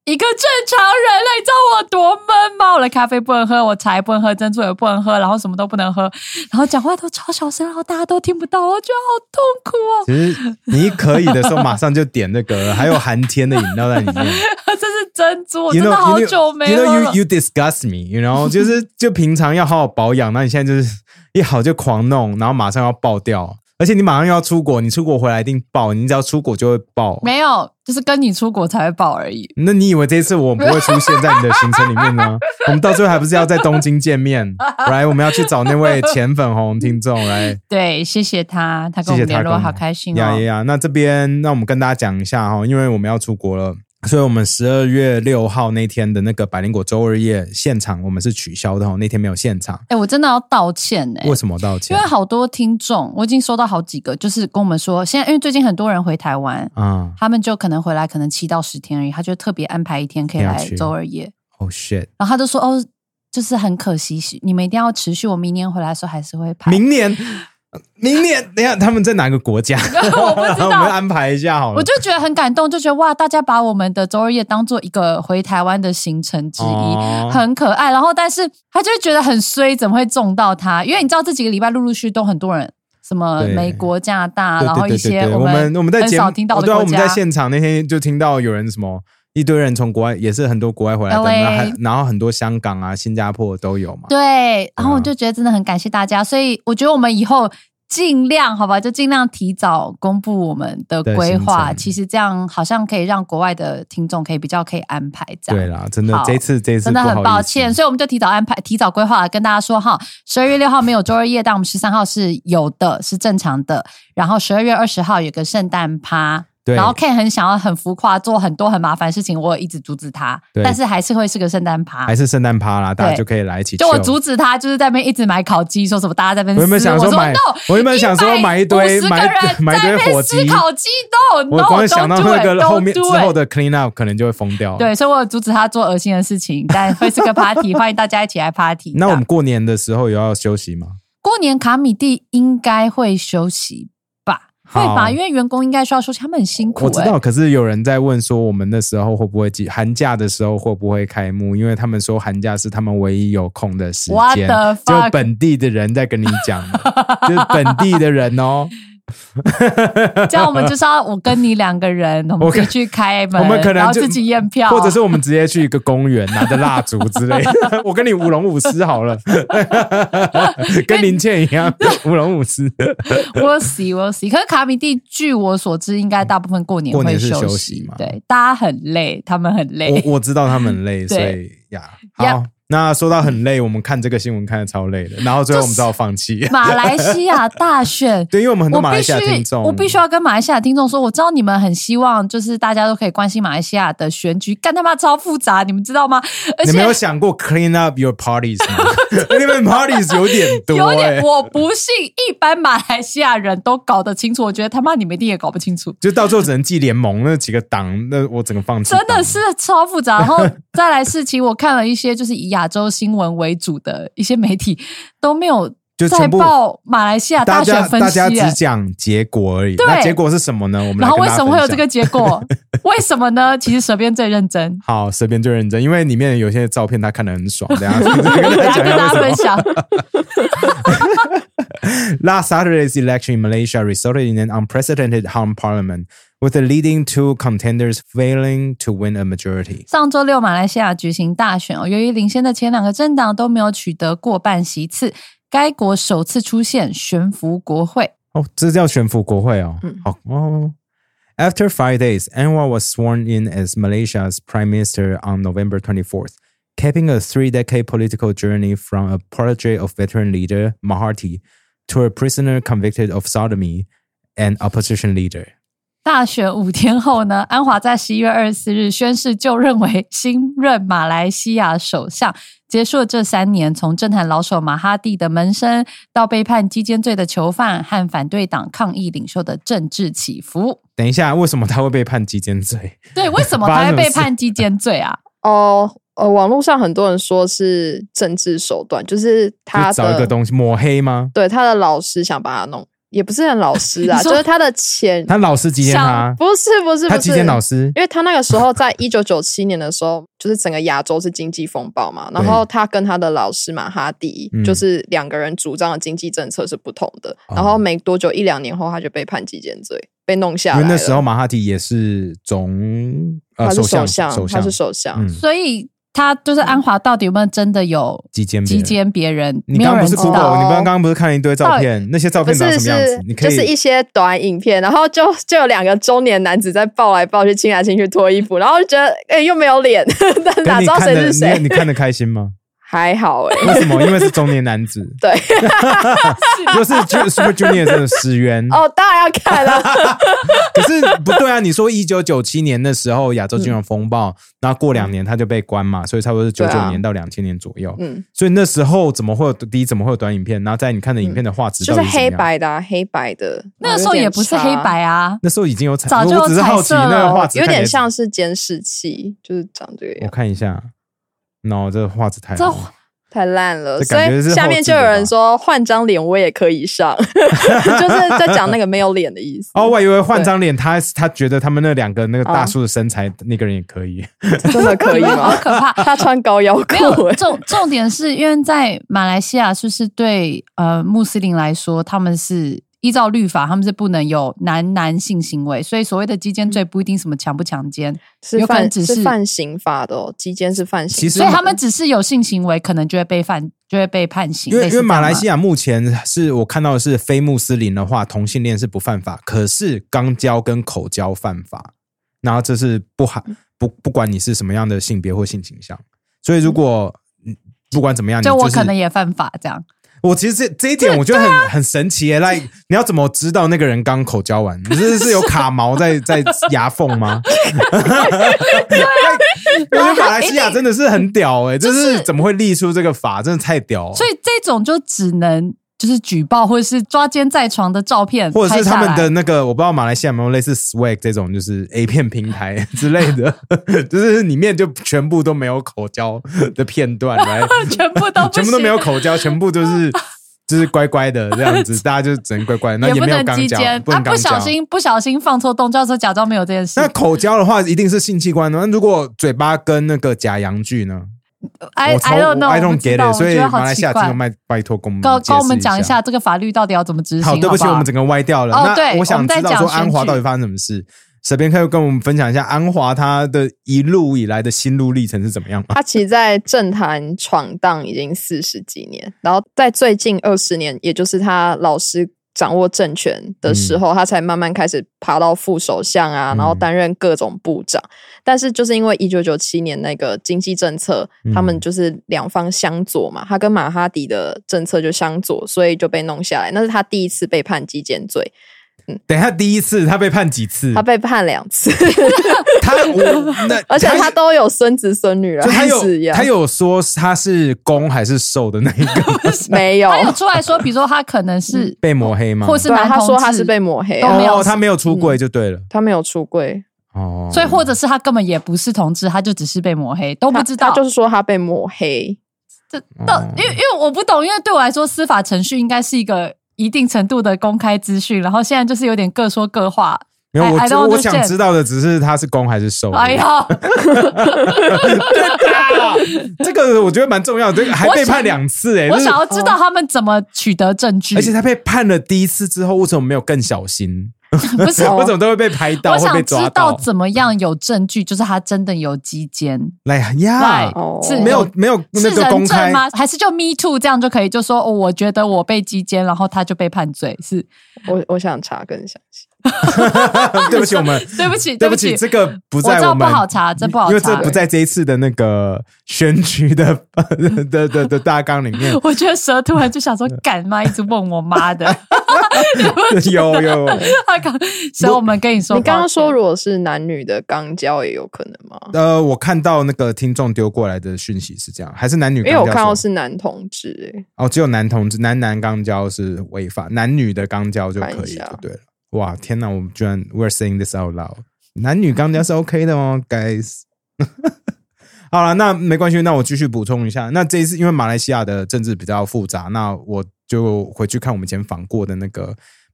一个正常人了，你知道我多闷吗？我的咖啡不能喝，我茶也不能喝，珍珠也不能喝，然后什么都不能喝，然后讲话都超小声，然后大家都听不到，我觉得好痛苦哦。 其实你可以的时候马上就点那个还有含天的饮料在里面。 这是珍珠，我真的好久没喝了。 You know, you, you disgust me, you know 就是就平常要好好保养，那你现在就是一好就狂弄，然后马上要爆掉，而且你马上要出国，你出国回来一定爆，你只要出国就会爆。 没有，就是跟你出国才会爆而已。 那你以为这一次我们不会出现在你的行程里面呢？我们到最后还不是要在东京见面来，我们要去找那位前粉红听众来。 对，谢谢他，他跟我们联络，好开心哦。 呀呀呀！那这边那我们跟大家讲一下哈，因为我们要出国了，所以我们十二月六号那天的那个百灵果周二夜现场我们是取消的齁，那天没有现场。 欸，我真的要道歉欸。 为什么道歉？ 因为好多听众，我已经收到好几个，就是跟我们说，现在因为最近很多人回台湾，嗯，他们就可能回来可能七到十天而已，他就特别安排一天可以来周二夜。 Oh shit！ 然后他就说哦，就是很可惜，你们一定要持续，我明年回来的时候还是会排。 明年？明年等一下他们在哪个国家？ 我不知道， 我们安排一下好了。 我就觉得很感动，就觉得哇，大家把我们的周二夜当做一个回台湾的行程之一，哦，很可爱。然后但是他就会觉得很衰，怎么会中到他？因为你知道这几个礼拜陆陆续续都很多人，什么美国、加拿大，然后一些我们我们在很少听到的国家。 对啊，我们在现场那天就听到有人什么。一堆人从国外，也是很多国外回来的，然后, 然后很多香港啊、新加坡都有嘛。 对，然后我就觉得真的很感谢大家，所以我觉得我们以后尽量好吧，就尽量提早公布我们的规划。其实这样好像可以让国外的听众可以比较可以安排这样。 对啦，真的这次这次真的很抱歉，所以我们就提早安排、提早规划，跟大家说哈，十二月六号没有周二夜，但我们十三号是有的，是正常的。然后十二月二十号有个圣诞趴。然后 Ken 很想要很浮夸做很多很麻烦的事情，我一直阻止他，但是还是会是个圣诞趴， 还是圣诞趴啦，大家就可以来一起。 就我阻止他，就是在那边一直买烤鸡，说什么大家在那边撕。 我原本想说买，我原本想说买一堆买买一堆火鸡烤鸡都， 我光想到那个后面之后的 clean up 可能就会疯掉。 对，所以我有阻止他做恶心的事情，但会是个 party， 欢迎大家一起来 party。 那我们过年的时候有要休息吗？ 过年卡米蒂应该会休息。会吧，因为员工应该需要休息，他们很辛苦、欸。 我知道，可是有人在问说，我们那时候会不会寒假的时候会不会开幕？因为他们说寒假是他们唯一有空的时间，就本地的人在跟你讲，就是本地的人哦。 这样我们就是要我跟你两个人，我们自己去开门， 我们可能然后自己验票， 或者是我们直接去一个公园拿着蜡烛之类的。我跟你舞龙舞狮好了，跟林倩一样舞龙舞狮。 我洗我洗，可是卡米蒂据我所知，应该大部分过年会休息， 过年是休息嘛？ 对，大家很累，他们很累。 我我知道他们很累，所以呀，好。Yeah. 那说到很累，我们看这个新闻看得超累的，然后最后我们只好放弃。 马来西亚大选， 对，因为我们很多马来西亚听众， 我必须要跟马来西亚听众说，我知道你们很希望，就是大家都可以关心马来西亚的选举，干他妈超复杂，你们知道吗？而且你没有想过 clean up your parties 吗？你们 parties 有点多、欸， 有点，我不信一般马来西亚人都搞得清楚，我觉得他妈你们一定也搞不清楚， 就到最后只能记联盟那几个党，那我整个放弃， 真的是超复杂。然后再来是，其实我看了一些就是以亚洲新闻为主的一些媒体都没有在报马来西亚大选分析， 大家只讲结果而已。那结果是什么呢？我们来然后为什么会有这个结果？为什么呢？其实蛇边最认真。 好，蛇边最认真，因为里面有些照片他看得很爽。等一下跟大家分享。 Last Saturday's election in Malaysia resulted in an unprecedented hung parliament, with the leading two contenders failing to win a majority. 上周六马来西亚举行大选，由于领先的前两个政党都没有取得过半席次，该国首次出现悬浮国会。 哦，这叫悬浮国会哦。嗯，好哦。After five days, Anwar was sworn in as Malaysia's Prime Minister on November twenty-fourth, capping a three-decade political journey from a protege of veteran leader Mahathir to a prisoner convicted of sodomy and opposition leader. 大选五天后呢，安华在十一月二十四日宣誓就任为新任马来西亚首相，结束了这三年从政坛老手马哈蒂的门生到被判基奸罪的囚犯和反对党抗议领袖的政治起伏。 等一下，为什么他会被判基奸罪？ 对，为什么他会被判基奸罪啊？ 哦，呃，网络上很多人说是政治手段，就是他的就找一个东西抹黑吗？ 对，他的老师想把他弄。 也不是很老师啊，就是他的前他老师击奸他， 不是不是不是， 他击奸老师， 因为他那个时候在一九九七年的时候，就是整个亚洲是经济风暴嘛，然后他跟他的老师马哈迪，就是两个人主张的经济政策是不同的，嗯、然后没多久一两年后他就被判击奸罪，被弄下来了。 因为那时候马哈迪也是总呃他是首相， 相，他是首相， 嗯、所以。他就是安华到底有没有真的有击奸击奸别人？ 你刚刚不是 Google， 你刚刚不是看了一堆照片？那些照片长什么样子？你可以就是一些短影片，然后就就有两个中年男子在抱来抱去、亲来亲去、脱衣服，然后就觉得哎、欸、又没有脸，哪知道谁是谁？ 你, 你看得开心吗？ 还好哎、 欸，为什么？因为是中年男子， 对， 就是 Super Junior 的始源哦，当然要看了。 可是不对啊，你说一九九七年的时候亚洲金融风暴，然后过两年他就被关嘛，所以差不多是九九年到两千年左右。嗯，所以那时候怎么会有第一怎么会有短影片？然后在你看的影片的画质到底就是黑白的、啊，黑白的。 那个时候也不是黑白啊， 那时候已经有彩， 早就有我只是好奇那个画质有点像是监视器，就是长这个样。 我看一下。no， 这个画质太好， 太烂了，所以下面就有人说换张脸我也可以上，就是在讲那个没有脸的意思。 哦，我以为换张脸，他他觉得他们那两个那个大叔的身材，哦、那个人也可以， 真的可以吗？ 好可怕！ 他穿高腰裤。 没有重重点是因为在马来西亚，就是对呃穆斯林来说，他们是。依照律法，他们是不能有男男性行为，所以所谓的击奸罪不一定什么强不强奸， 是有可能只是犯刑法的哦。击奸是犯刑法， 所以他们只是有性行为，可能就会被犯，就会被判刑。 因为因为马来西亚目前是我看到的是非穆斯林的话，同性恋是不犯法，可是肛交跟口交犯法，然后这是不含不不管你是什么样的性别或性倾向，所以如果、嗯、不管怎么样， 就我就是、 可能也犯法这样。 我其实 这, 这一点我觉得很、啊、很神奇耶！来，你要怎么知道那个人刚口交完？你这是有卡毛在在牙缝吗？我觉得马来西亚真的是很屌哎，就, 就是怎么会立出这个法，真的太屌了。 所以这种就只能就是举报，或者是抓奸在床的照片， 或者是他们的那个，我不知道马来西亚有没有类似 Swag 这种，就是 A 片平台之类的，就是里面就全部都没有口交的片段，来全部都全部都没有口交，全部都是就是乖乖的这样子，大家就只能乖乖的，那也没有肛交，不能肛交、啊、 不小心不小心放错动作的时候，假装没有这件事。 那口交的话，一定是性器官的。那如果嘴巴跟那个假阳具呢？ I I don't know, I don't get it， 所以马来西亚听众拜拜托跟我们跟我们讲一下这个法律到底要怎么执行。 好，对不起， 好不好我们整个歪掉了。 哦、对， 那我想知道说安华到底发生什么事。沈编可以跟我们分享一下安华他的一路以来的心路历程是怎么样吗？ 他其实在政坛闯荡已经四十几年，然后在最近二十年，也就是他老师掌握政权的时候、嗯、他才慢慢开始爬到副首相啊，然后担任各种部长、嗯、但是就是因为一九九七年那个经济政策、嗯、他们就是两方相左嘛，他跟马哈迪的政策就相左，所以就被弄下来，那是他第一次被判击奸罪。 嗯、等一下，第一次他被判几次？ 他被判两次他我那而且他都有孙子孙女了， 他有他有说他是攻还是受的那一个没有， 他有出来说，比如说他可能是被抹黑吗？ 或是男同志， 他说他是被抹黑， 哦，他没有出柜就对了、嗯， 他没有出柜哦， 所以或者是他根本也不是同志，他就只是被抹黑，都不知道。 他, 他就是说他被抹黑， 这到、哦、因为因为我不懂，因为对我来说，司法程序应该是一个一定程度的公开资讯，然后现在就是有点各说各话。 没有，我我想知道的只是他是攻还是受。 哎呀， 这个我觉得蛮重要的，这个还被判两次哎、欸。 我想要知道他们怎么取得证据， 而且他被判了第一次之后，为什么没有更小心？ 不是， 为什么都会被拍到？ 我想会被抓到知道怎么样有证据，就是他真的有击奸。 来呀， 是没有没有那个公开吗？还是就 Me Too 这样就可以？就说、哦、我觉得我被击奸，然后他就被判罪。是我我想查更详细。 对不起，我们对不起， 对不起，这个不在我们， 我知道不好查，这不好查， 因为这不在这一次的那个选举的的的的大纲里面。 我觉得蛇突然就想说，干嘛一直问我妈的？ 有有， 他刚所以我们跟你说， 你刚刚说如果是男女的肛交也有可能吗？ 呃，我看到那个听众丢过来的讯息是这样，还是男女肛交？ 因为我看到是男同志、欸， 哦，只有男同志，男男肛交是违法，男女的肛交就可以，就对了。哇，天哪！我们居然 we're saying this out loud， 男女肛交是 OK 的哦 ，guys。好了，那没关系，那我继续补充一下。那这一次因为马来西亚的政治比较复杂，那我就回去看我们以前访过的那个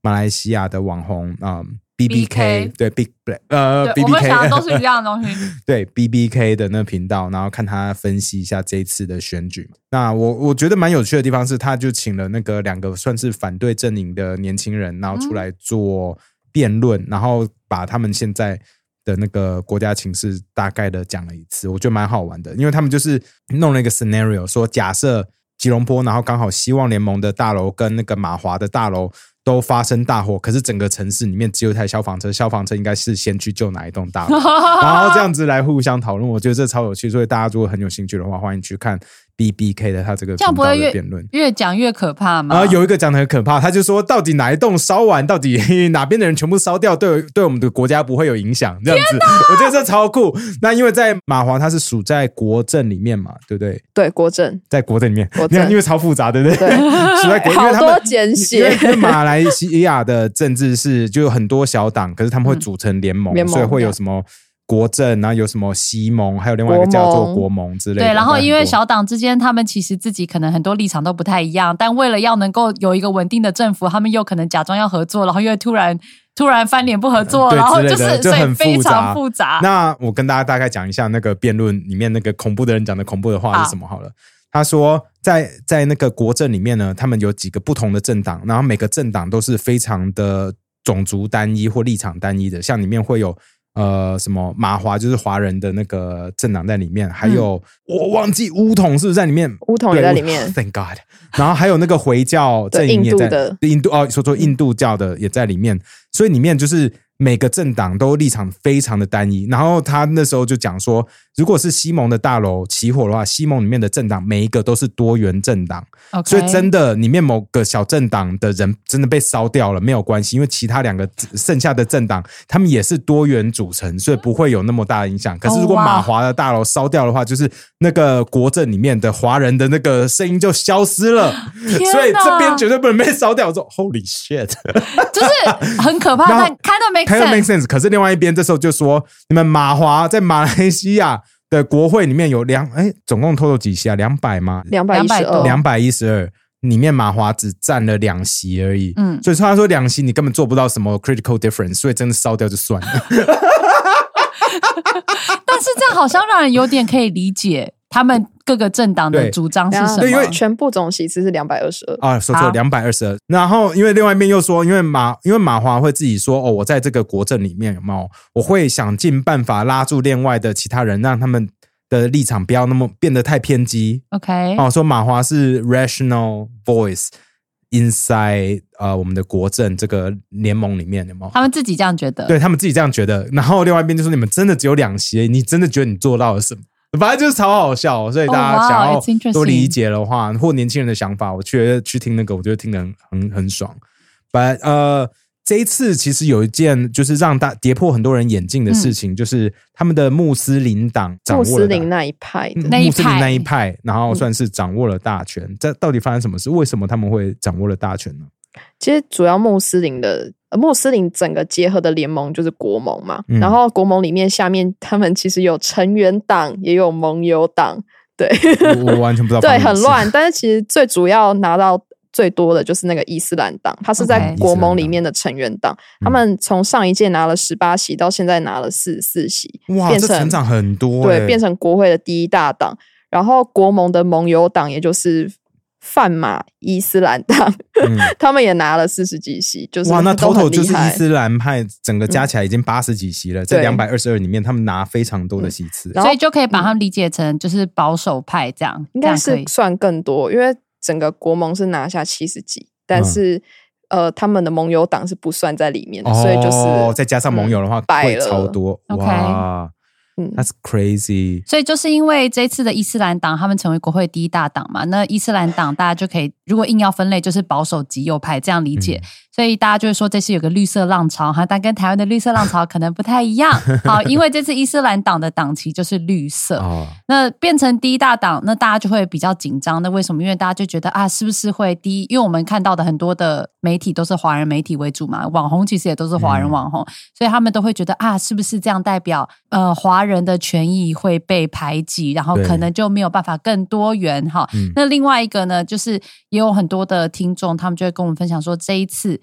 马来西亚的网红啊、嗯、B B K， 对 Big Black 呃 B B K， 我们想的都是一样的东西。 对 B B K 的那频道，然后看他分析一下这一次的选举。那我我觉得蛮有趣的地方是，他就请了那个两个算是反对阵营的年轻人，然后出来做辩论、嗯，然后把他们现在的那个国家情势大概的讲了一次，我觉得蛮好玩的，因为他们就是弄了一个 scenario， 说假设吉隆坡，然后刚好希望联盟的大楼跟那个马华的大楼都发生大火，可是整个城市里面只有一台消防车，消防车应该是先去救哪一栋大楼，然后这样子来互相讨论，我觉得这超有趣，所以大家如果很有兴趣的话，欢迎去看 B B K 的他这个频道的辩论。 越讲越可怕吗？ 啊，有一个讲得很可怕，他就说到底哪一栋烧完，到底哪边的人全部烧掉，对对我们的国家不会有影响，这样子，我觉得这超酷。那因为在马华，它是属在国政里面嘛，对不对？ 对，国政在国政里面， 国政因为超复杂，对不对？ 对， 属在国， 好多简写。 因为马来西亚的政治是就有很多小党，可是他们会组成联盟，嗯、所以会有什么国政，然后有什么西盟，还有另外一个叫做国盟之类的。 对，然后因为小党之间他们其实自己可能很多立场都不太一样，但为了要能够有一个稳定的政府，他们又可能假装要合作，然后又突然突然翻脸不合作，然后就是就很所以非常复杂。 那我跟大家大概讲一下那个辩论里面那个恐怖的人讲的恐怖的话是什么好了。他说在在那个国政里面呢，他们有几个不同的政党，然后每个政党都是非常的种族单一或立场单一的，像里面会有呃，什么马华就是华人的那个政党在里面，还有、嗯、我忘记巫统是不是在里面？ 巫统也在里面 ，Thank God。然后还有那个回教阵营也在， 印度的印度哦，说说印度教的也在里面，所以里面就是每个政党都立场非常的单一。然后他那时候就讲说，如果是西蒙的大楼起火的话，西蒙里面的政党每一个都是多元政党， okay. 所以真的里面某个小政党的人真的被烧掉了没有关系，因为其他两个剩下的政党他们也是多元组成，所以不会有那么大的影响。可是如果马华的大楼烧掉的话，就是那个国政里面的华人的那个声音就消失了，所以这边绝对不能被烧掉。我说 Holy shit， 就是很可怕，但 kind of make sense， kind of make sense。可是另外一边这时候就说，你们马华在马来西亚的国会里面有两哎，总共偷偷几席啊？两百吗？ 两百一十二， 两百一十二。里面马华只占了两席而已， 嗯， 所以他说两席你根本做不到什么 critical difference， 所以真的烧掉就算了。 但是这样好像让人有点可以理解他们各个政党的主张是什么？ 对，因为全部总席次是两百二十二啊，说错两百二十二。然后因为另外一边又说，因为马因为马华会自己说哦，我在这个国政里面有没有，我会想尽办法拉住另外的其他人，让他们的立场不要那么变得太偏激。 OK， 哦，说马华是 rational voice inside 呃我们的国政这个联盟里面，有没有？ 他们自己这样觉得， 对他们自己这样觉得。然后另外一边就说你们真的只有两席，你真的觉得你做到了什么？反正就是超好笑，所以大家想要多理解的话， oh, wow, 或年轻人的想法，我觉得去听那个，我觉得听得很很爽。But 呃。这一次其实有一件就是让大跌破很多人眼镜的事情，嗯、就是他们的穆斯林党掌握了穆斯林那一派的穆斯林那一派，然后算是掌握了大权。嗯、这到底发生什么事？为什么他们会掌握了大权呢？ 其实主要穆斯林的穆斯林整个结合的联盟就是国盟嘛，嗯、然后国盟里面下面他们其实有成员党，也有盟友党，对， 我, 我完全不知道， 对，很乱。但是其实最主要拿到最多的就是那个伊斯兰党，他是在国盟里面的成员党， okay, 他们从上一届拿了十八席，到现在拿了四十四席， 哇， 变成这成长很多， 对，变成国会的第一大党。然后国盟的盟友党，也就是泛马伊斯兰党，嗯、他们也拿了四十几席，就是哇，那 total 就是伊斯兰派整个加起来已经八十几席了，嗯、在两百二十二里面，他们拿非常多的席次， 嗯、所以就可以把他们理解成就是保守派这样， 应该是算更多，因为整个国盟是拿下七十几，但是、嗯、呃，他们的盟友党是不算在里面的， 哦、 所以就是再加上盟友的话，嗯、会超多，哇。 嗯 That's crazy。 所以就是因为这次的伊斯兰党他们成为国会第一大党嘛，那伊斯兰党大家就可以如果硬要分类就是保守极右派这样理解，嗯、所以大家就会说这次有个绿色浪潮哈，但跟台湾的绿色浪潮可能不太一样。好，因为这次伊斯兰党的党旗就是绿色，哦、那变成第一大党，那大家就会比较紧张。那为什么？因为大家就觉得啊，是不是会第一？因为我们看到的很多的媒体都是华人媒体为主嘛，网红其实也都是华人网红，嗯、所以他们都会觉得啊，是不是这样代表呃华人的权益会被排挤，然后可能就没有办法更多元哈。那另外一个呢，就是也有很多的听众，他们就会跟我们分享说，这一次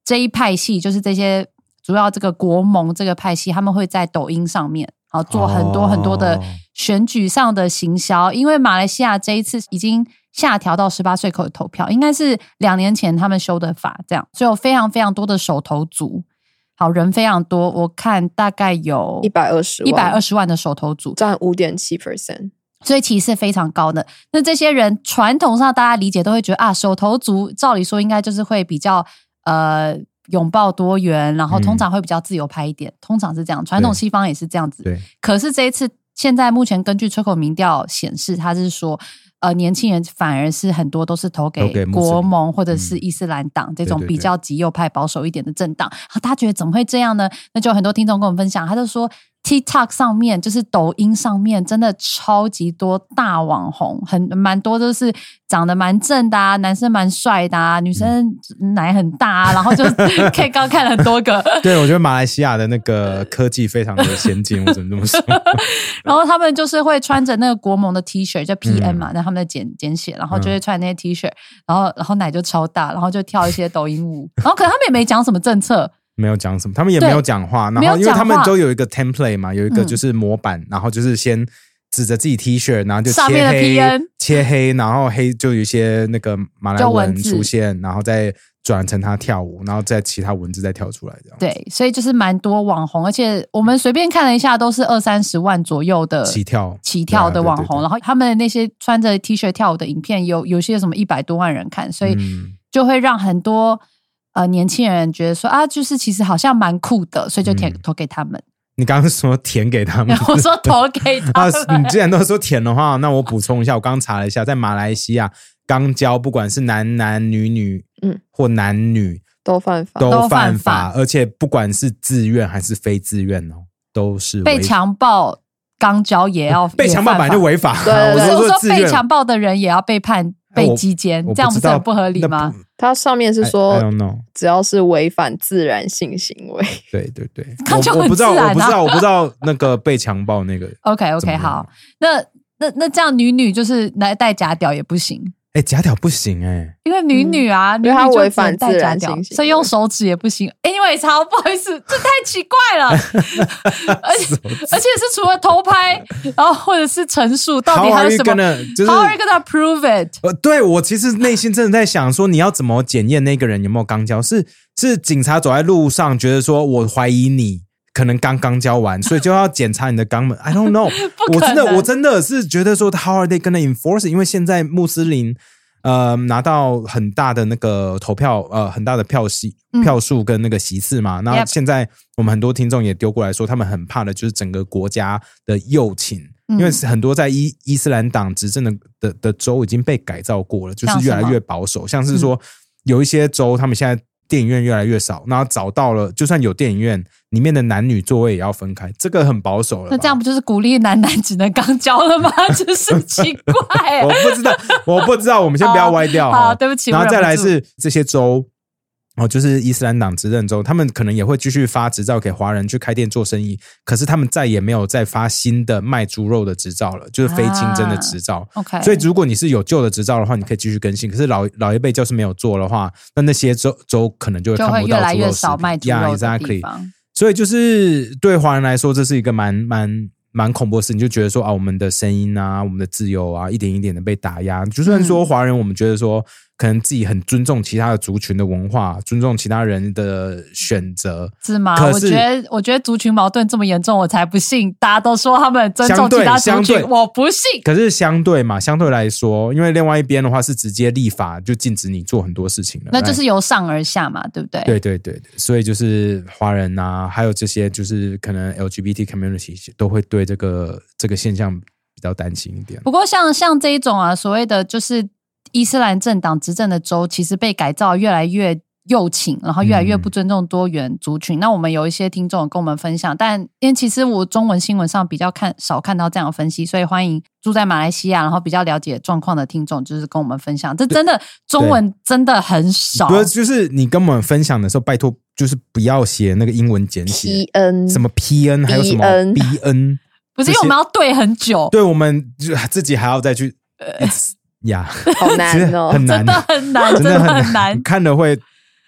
这一派系，就是这些主要这个国盟这个派系，他们会在抖音上面好做很多很多的选举上的行销，哦、因为马来西亚这一次已经下调到十八岁口的投票，应该是两年前他们修的法，这样，所以有非常非常多的首投族，好人非常多，我看大概有一百二十万， 一百二十万的首投族， 占五点七 percent。 所以其实非常高的。那这些人传统上大家理解都会觉得啊，首投族照理说应该就是会比较呃拥抱多元，然后通常会比较自由派一点，嗯、通常是这样，传统西方也是这样子。 对。 可是这一次，现在目前根据出口民调显示，他是说。呃，年轻人反而是很多都是投给国盟或者是伊斯兰党、嗯、这种比较极右派保守一点的政党。啊，大家觉得怎么会这样呢？那就有很多听众跟我们分享，他就说 TikTok 上面就是抖音上面真的超级多大网红，很蛮多都是长得蛮正的啊，男生蛮帅的啊，女生奶很大啊，然后就可以刚看了很多个。 对，我觉得马来西亚的那个科技非常的先进，我只能这么说。 然后他们就是会穿着那个国盟的 T 恤，就 P M 嘛，那、嗯、他们的简简写，然后就会穿那些 T 恤，然后然后奶就超大，然后就跳一些抖音舞，然后可能他们也没讲什么政策。 没有讲什么，他们也没有讲话，然后因为他们都有一个 template 嘛，有一个就是模板，嗯、然后就是先指着自己 T 恤，然后就切黑，切黑，然后黑就有一些那个马来文出现，然后再转成他跳舞，然后再其他文字再跳出来这样。 对，所以就是蛮多网红，而且我们随便看了一下，都是二三十万左右的起跳起跳的网红，对对对对，然后他们的那些穿着 T 恤跳舞的影片，有有些什么一百多万人看，所以就会让很多。呃，年轻人觉得说啊，就是其实好像蛮酷的，所以就填、嗯、投给他们。 你刚刚说填给他们， 我说投给他们。 啊，你既然都说填的话，那我补充一下，我刚刚查了一下，在马来西亚肛交，不管是男男女女，嗯，或男女都犯法， 都犯法，而且不管是自愿还是非自愿哦，都是被强暴肛交也要被强暴本来就违法。 对，我说我说被强暴的人也要被判。被鸡奸，这样不是很不合理吗？ 它上面是说，只要是违反自然性行为， 对对对， 我, 我不知道，我不知道，我不知道那个被强暴那个。 OK OK， 好，那那那这样女女就是来带假屌也不行。 哎、欸，假屌不行哎、欸， 因为女女啊， 嗯、 女女就违反自然性行为， 所以用手指也不行。Anyway， 好，不好意思，这太奇怪了，而且而且是除了偷拍，然后或者是陈述，到底还有什么 gonna, 就是、 ？How are you gonna prove it？ 呃，对我其实内心真的在想说，你要怎么检验那个人有没有肛交？是是警察走在路上，觉得说我怀疑你。可能刚刚交完，所以就要检查你的肛门。I don't know， 我真的我真的是觉得说 ，How are they gonna enforce it？ 因为现在穆斯林呃拿到很大的那个投票呃很大的票席票数跟那个席次嘛，那、嗯、现在我们很多听众也丢过来说，他们很怕的就是整个国家的右倾，嗯、因为很多在伊伊斯兰党执政的的的州已经被改造过了，就是越来越保守，像是说、嗯、有一些州他们现在。电影院越来越少，然后找到了，就算有电影院，里面的男女座位也要分开，这个很保守了。 那这样不就是鼓励男男只能肛交了吗？真是奇怪、欸。 我不知道，我不知道，我们先不要歪掉。 好，好对不起。 然后再来是这些州。哦，就是伊斯兰党执政州，他们可能也会继续发执照给华人去开店做生意，可是他们再也没有再发新的卖猪肉的执照了，就是非清真的执照。 啊、OK， 所以如果你是有旧的执照的话，你可以继续更新。可是老老一辈就是没有做的话，那那些州州可能就会看不到猪肉就会越来越少卖猪肉的地方。 Yeah, exactly. 所以就是对华人来说，这是一个蛮蛮。蛮恐怖的事，你就觉得说啊，我们的声音啊，我们的自由啊，一点一点的被打压。就算说华人，我们觉得说，可能自己很尊重其他的族群的文化，尊重其他人的选择， 是吗？可是我觉得，我觉得族群矛盾这么严重，我才不信。大家都说他们尊重其他族群，我不信。 可是相对嘛，相对来说，因为另外一边的话是直接立法就禁止你做很多事情了， 那就是由上而下嘛，对不对？ 对对对对，所以就是华人啊，还有这些就是可能 L G B T community 都会对这个这个现象比较担心一点。 不过像像这一种啊，所谓的就是伊斯兰政党执政的州，其实被改造越来越右倾，然后越来越不尊重多元族群。嗯、那我们有一些听众跟我们分享，但因为其实我中文新闻上比较看少看到这样的分析，所以欢迎住在马来西亚然后比较了解状况的听众，就是跟我们分享。这真的中文真的很少。 不是，就是你跟我们分享的时候，拜托就是不要写那个英文简写 P N 什么 P N 还有什么 B N， 不是因为我们要对很久， 对我们自己还要再去。呀， 好难哦， 很难， 真的很难，真的很难， 看了会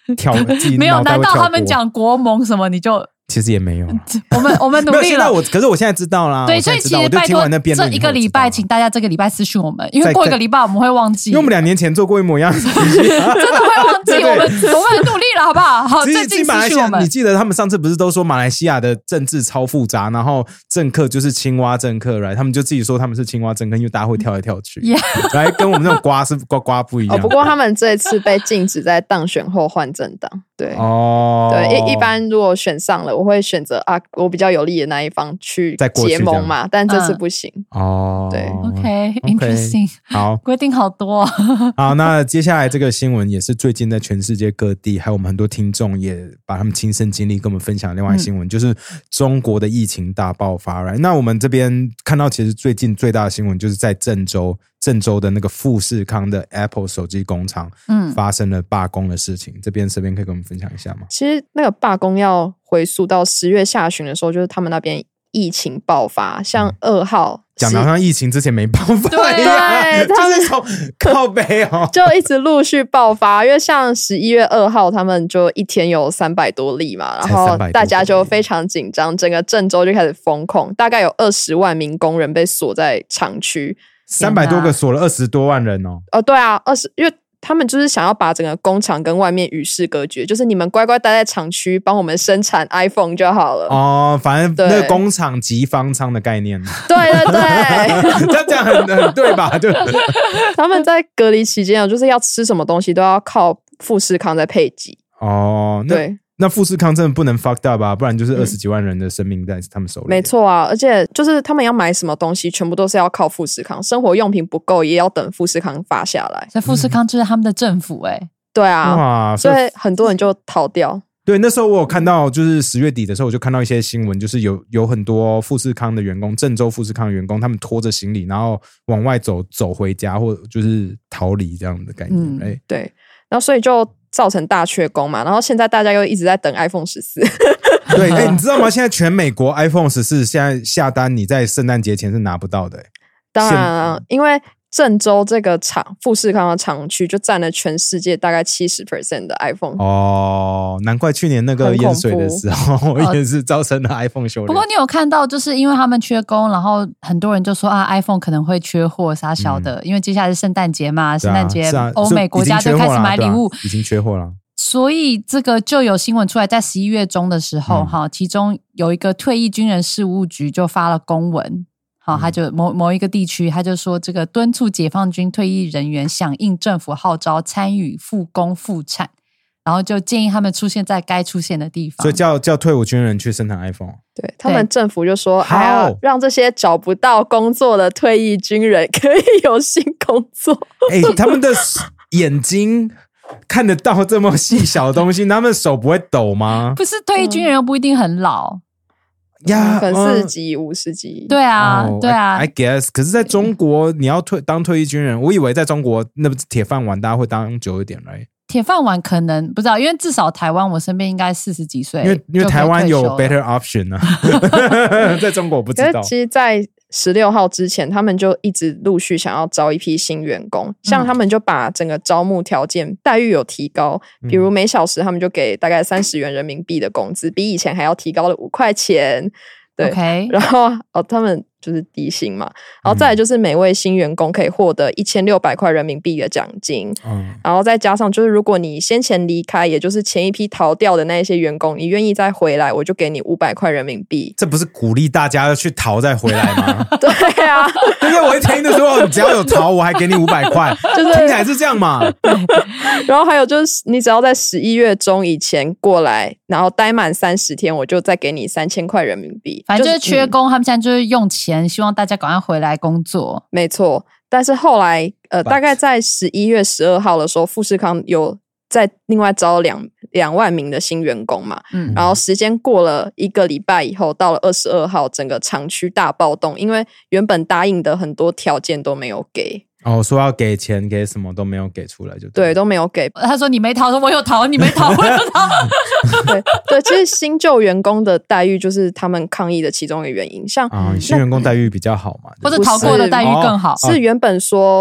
跳自己没有？难道他们国讲国盟什么你就？ 其实也没有， 我们我们努力了。 我可是我现在知道啦。 对，所以其实拜托这一个礼拜，请大家这个礼拜私讯我们，因为过一个礼拜我们会忘记。 因为我们两年前做过一模一样的东西， 真的会忘记。我们我们很努力了，好不好？好，最近私讯我们。 你记得他们上次不是都说马来西亚的政治超复杂，然后政客就是青蛙政客，来，他们就自己说他们是青蛙政客，因为大家会跳来跳去，来跟我们这种瓜是瓜瓜不一样。 不过他们这一次被禁止在当选后换政党。对哦，对，一一般如果选上了，我会选择啊，我比较有利的那一方去结盟嘛，但这次不行哦。对 ，OK， interesting， 好， 规定好多。 好，那接下来这个新闻也是最近在全世界各地，还有我们很多听众也把他们亲身经历跟我们分享。另外新闻、嗯、就是中国的疫情大爆发， right？ 那我们这边看到，其实最近最大的新闻就是在郑州。郑州的那个富士康的 Apple 手机工厂，嗯，发生了罢工的事情。这边这边可以跟我们分享一下吗？ 其实那个罢工要回溯到十月下旬的时候，就是他们那边疫情爆发，像二号讲的好像疫情之前没爆发， 对对，他们就是从靠北哦， 就一直陆续爆发。因为像十一月二号，他们就一天有三百多例嘛，然后大家就非常紧张，整个郑州就开始封控，大概有二十万名工人被锁在厂区。 三百多个锁了二十多万人哦！ 哦，对啊，二十，因为他们就是想要把整个工厂跟外面与世隔绝，就是你们乖乖待在厂区，帮我们生产 iPhone 就好了。 哦，反正那个工厂即方舱的概念。 对对对， 这样讲很很对吧？对。 他们在隔离期间，就是要吃什么东西都要靠富士康在配给。 哦，对。那富士康真的不能 fucked up 啊，不然就是二十几万人的生命在他们手里。 没错啊，而且就是他们要买什么东西，全部都是要靠富士康，生活用品不够也要等富士康发下来。 所以富士康就是他们的政府哎、欸嗯。 对啊，所以很多人就逃掉。 对，那时候我有看到，就是十月底的时候，我就看到一些新闻，就是有有很多富士康的员工，郑州富士康的员工，他们拖着行李，然后往外走，走回家，或者就是逃离这样的概念。嗯欸、 对，然后所以就造成大缺工嘛，然后现在大家又一直在等 iPhone 十四。 对，哎、欸，你知道吗？现在全美国 iPhone 十四现在下单，你在圣诞节前是拿不到的、欸。 当然了，因为郑州这个厂富士康的厂区就占了全世界大概 百分之七十 的 iPhone。 哦，难怪去年那个淹水的时候也是造成了 iPhone 修炼。 不过你有看到，就是因为他们缺工，然后很多人就说啊 ，iPhone 可能会缺货啥小的、嗯，因为接下来是圣诞节嘛，圣诞节欧美国家就开始买礼物， 已经缺货了。 所以这个就有新闻出来，在十一月中的时候，哈、嗯，其中有一个退役军人事务局就发了公文。好，他就某某一个地区，他就说这个敦促解放军退役人员响应政府号召，参与复工复产，然后就建议他们出现在该出现的地方， 所以叫叫退伍军人去生产 iPhone。 对，他们政府就说，还要让这些找不到工作的退役军人可以有新工作。 哎、欸，他们的眼睛看得到这么细小的东西，他们手不会抖吗？ 不是，退役军人又不一定很老。 呀、嗯，可能四十几、五十几， 对啊，哦、对啊 I, I guess。可是在中国，你要退当退役军人，我以为在中国那不是铁饭碗，大家会当久一点来。 铁饭碗可能不知道，因为至少台湾我身边应该四十几岁， 因为因为台湾有 better option 啊，在中国不知道。 其实，在十六号之前，他们就一直陆续想要招一批新员工，像他们就把整个招募条件待遇有提高，比如每小时他们就给大概三十元人民币的工资，比以前还要提高了五块钱。对， okay. 然后哦，他们就是低薪嘛，然后再来就是每位新员工可以获得一千六百块人民币的奖金，嗯，然后再加上就是如果你先前离开，也就是前一批逃掉的那一些员工，你愿意再回来，我就给你五百块人民币。 这不是鼓励大家去逃再回来吗？ 对啊， 因为我一听的时候，你只要有逃，我还给你五百块，就是听起来是这样嘛。 然后还有就是，你只要在十一月中以前过来，然后待满三十天，我就再给你三千块人民币。 反正就是缺工、就是嗯，他们现在就是用钱，希望大家赶快回来工作。 没错，但是后来呃，大概在十一月十二号的时候，富士康有再另外招两两万名的新员工嘛，嗯，然后时间过了一个礼拜以后，到了二十二号，整个厂区大暴动，因为原本答应的很多条件都没有给。 哦，说要给钱给什么都没有给出来就对, 对都没有给。 他说你没逃，说我有逃，你没逃，我有逃。 对对，其实新旧员工的待遇就是他们抗议的其中一个原因。像、 啊、新员工待遇比较好嘛， 或者逃过的待遇更好。 是原本说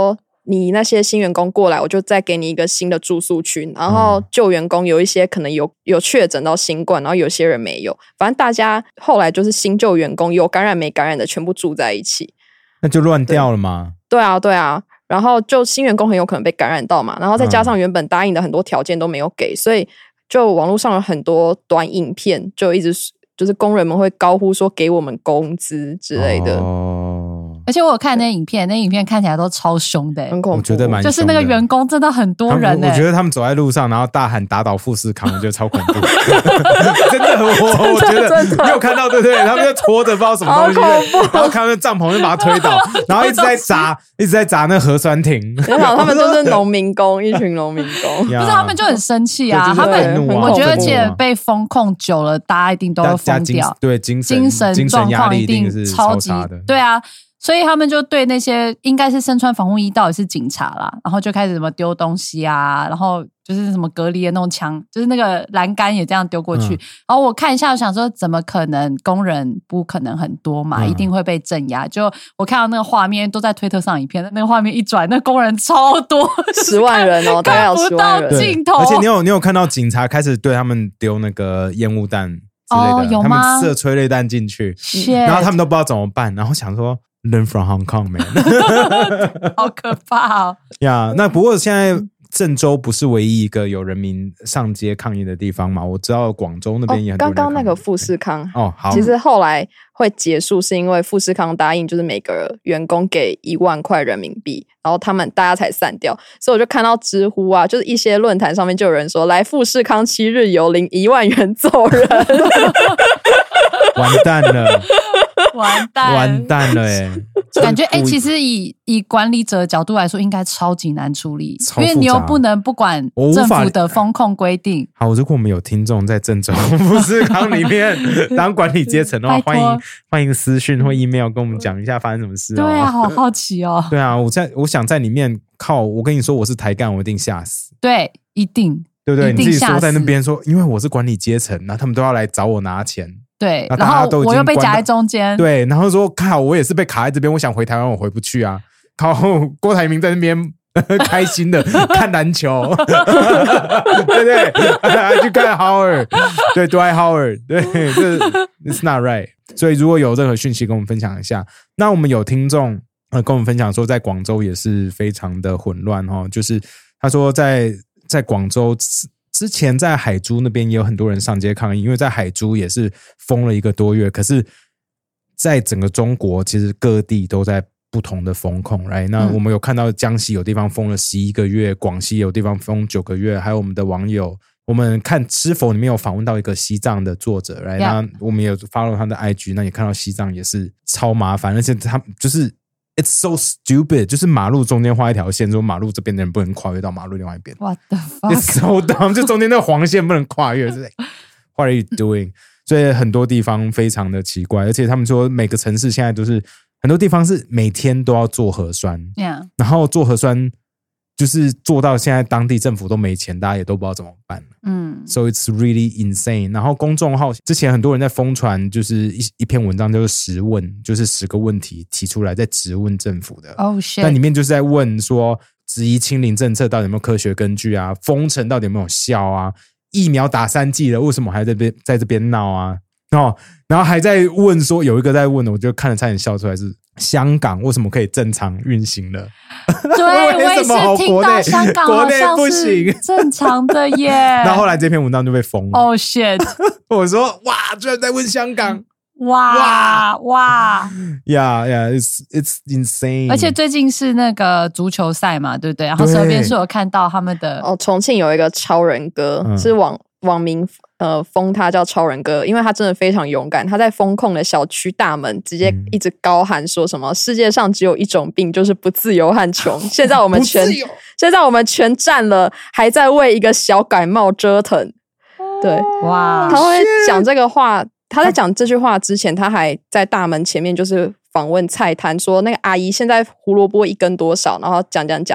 你那些新员工过来，我就再给你一个新的住宿区，然后旧员工有一些可能有有确诊到新冠，然后有些人没有，反正大家后来就是新旧员工有感染没感染的全部住在一起， 那就乱掉了吗？ 对啊对啊，然后就新员工很有可能被感染到嘛，然后再加上原本答应的很多条件都没有给，所以就网络上有很多短影片就一直就是工人们会高呼说给我们工资之类的。 哦， 而且我有看那影片，那影片看起来都超凶的、欸， 很恐怖， 我觉得蛮凶的， 就是那个员工真的很多人、欸、 我, 我觉得他们走在路上然后大喊打倒富士康，我觉得超恐怖真的，我我觉得你有看到对不对？他们就拖着不知道什么东西，然后看到帐篷就把它推倒，然后一直在砸一直在砸那核酸亭。 他们就是农民工，一群农民工。 不是，他们就很生气啊， 就是、 他们啊我觉得而且被封控久了，大家一定都会疯掉， 对精神精神精神压力一定是超级差的， 对啊。所以他们就对那些应该是身穿防护衣到底是警察啦，然后就开始什么丢东西啊，然后就是什么隔离的那种墙，就是那个栏杆也这样丢过去、嗯、然后我看一下我想说怎么可能工人不可能很多嘛、嗯、一定会被镇压，就我看到那个画面都在推特上影片，那个画面一转那工人超多十万人哦，大概有十万人， 看不到尽头。 而且你有你有看到警察开始对他们丢那个烟雾弹之类的、 哦、有吗？ 他们射催泪弹进去、嗯、然后他们都不知道怎么办，然后想说Learn from Hong Kong, man 好可怕哦呀、yeah, 那不过现在郑州不是唯一一个有人民上街抗议的地方嘛？我知道广州那边也很多人、哦、 刚刚那个富士康哦，好， 其实后来会结束是因为富士康答应就是每个员工给一万块人民币，然后他们大家才散掉。所以我就看到知乎啊，就是一些论坛上面就有人说来富士康七日游领一万元走人完蛋了完蛋完蛋了欸感觉哎、欸，其实以以管理者的角度来说，应该超级难处理，因为你又不能不管政府的风控规定。 好，如果我们有听众在郑州富士康里面当管理阶层的话，欢迎欢迎私讯或 email 跟我们讲一下发生什么事、哦。 对啊，好好奇哦。 对啊，我在我想在里面靠，我跟你说我是台干，我一定吓死。 对，一定， 对不对？你自己说在那边说，因为我是管理阶层，然后他们都要来找我拿钱。 对，然后我又被夹在中间， 对，然后说靠，我也是被卡在这边，我想回台湾，我回不去啊。靠，郭台铭在那边开心的看篮球，对不对？去看 Howard， 对 Dwight Howard， 对，这 It's not right。所以如果有任何讯息跟我们分享一下，那我们有听众呃跟我们分享说，在广州也是非常的混乱哦，就是他说在在广州。之前在海珠那边也有很多人上街抗议，因为在海珠也是封了一个多月，可是在整个中国其实各地都在不同的封控 right？ 那我们有看到江西有地方封了十一个月，广西有地方封九个月，还有我们的网友，我们看知否里面有访问到一个西藏的作者 right？ 那我们也 follow 他的 I G， 那也看到西藏也是超麻烦，而且他就是It's so stupid， 就是马路中间画一条线，说马路这边的人不能跨越到马路另外一边。 What the fuck？ It's so dumb， 就中间那个黄线不能跨越。What are you doing？ 所以很多地方非常的奇怪，而且他们说每个城市现在都是很多地方是每天都要做核酸， yeah. 然后做核酸就是做到现在当地政府都没钱，大家也都不知道怎么办。嗯 ，So it's really insane。然后公众号之前很多人在疯传，就是一一篇文章就是十问，就是十个问题提出来在质问政府的。 哦、oh, shit！ 但里面就是在问说，质疑清零政策到底有没有科学根据啊？封城到底有没有效啊？疫苗打三剂了，为什么还在这边在这边闹啊？哦，然后还在问说，有一个在问的，我就看了差点笑出来是。香港为什么可以正常运行了？ 对，我也是听到香港好像是正常的耶。 那后来这篇文章就被封了。 Oh shit！ 我说哇，居然在问香港！ 哇哇 ！Yeah yeah, it's it's insane。 而且最近是那个足球赛嘛，对不对？然后这边是有看到他们的哦，重庆有一个超人哥，嗯、是网网民。呃，封他叫超人哥，因为他真的非常勇敢。他在封控的小区大门直接一直高喊说什么、嗯、世界上只有一种病，就是不自由和穷。现在我们全现在我们全占了，还在为一个小感冒折腾。对，哇，他会讲这个话。他在讲这句话之前，他还在大门前面就是访问菜摊，说那个阿姨现在胡萝卜一根多少，然后讲讲讲。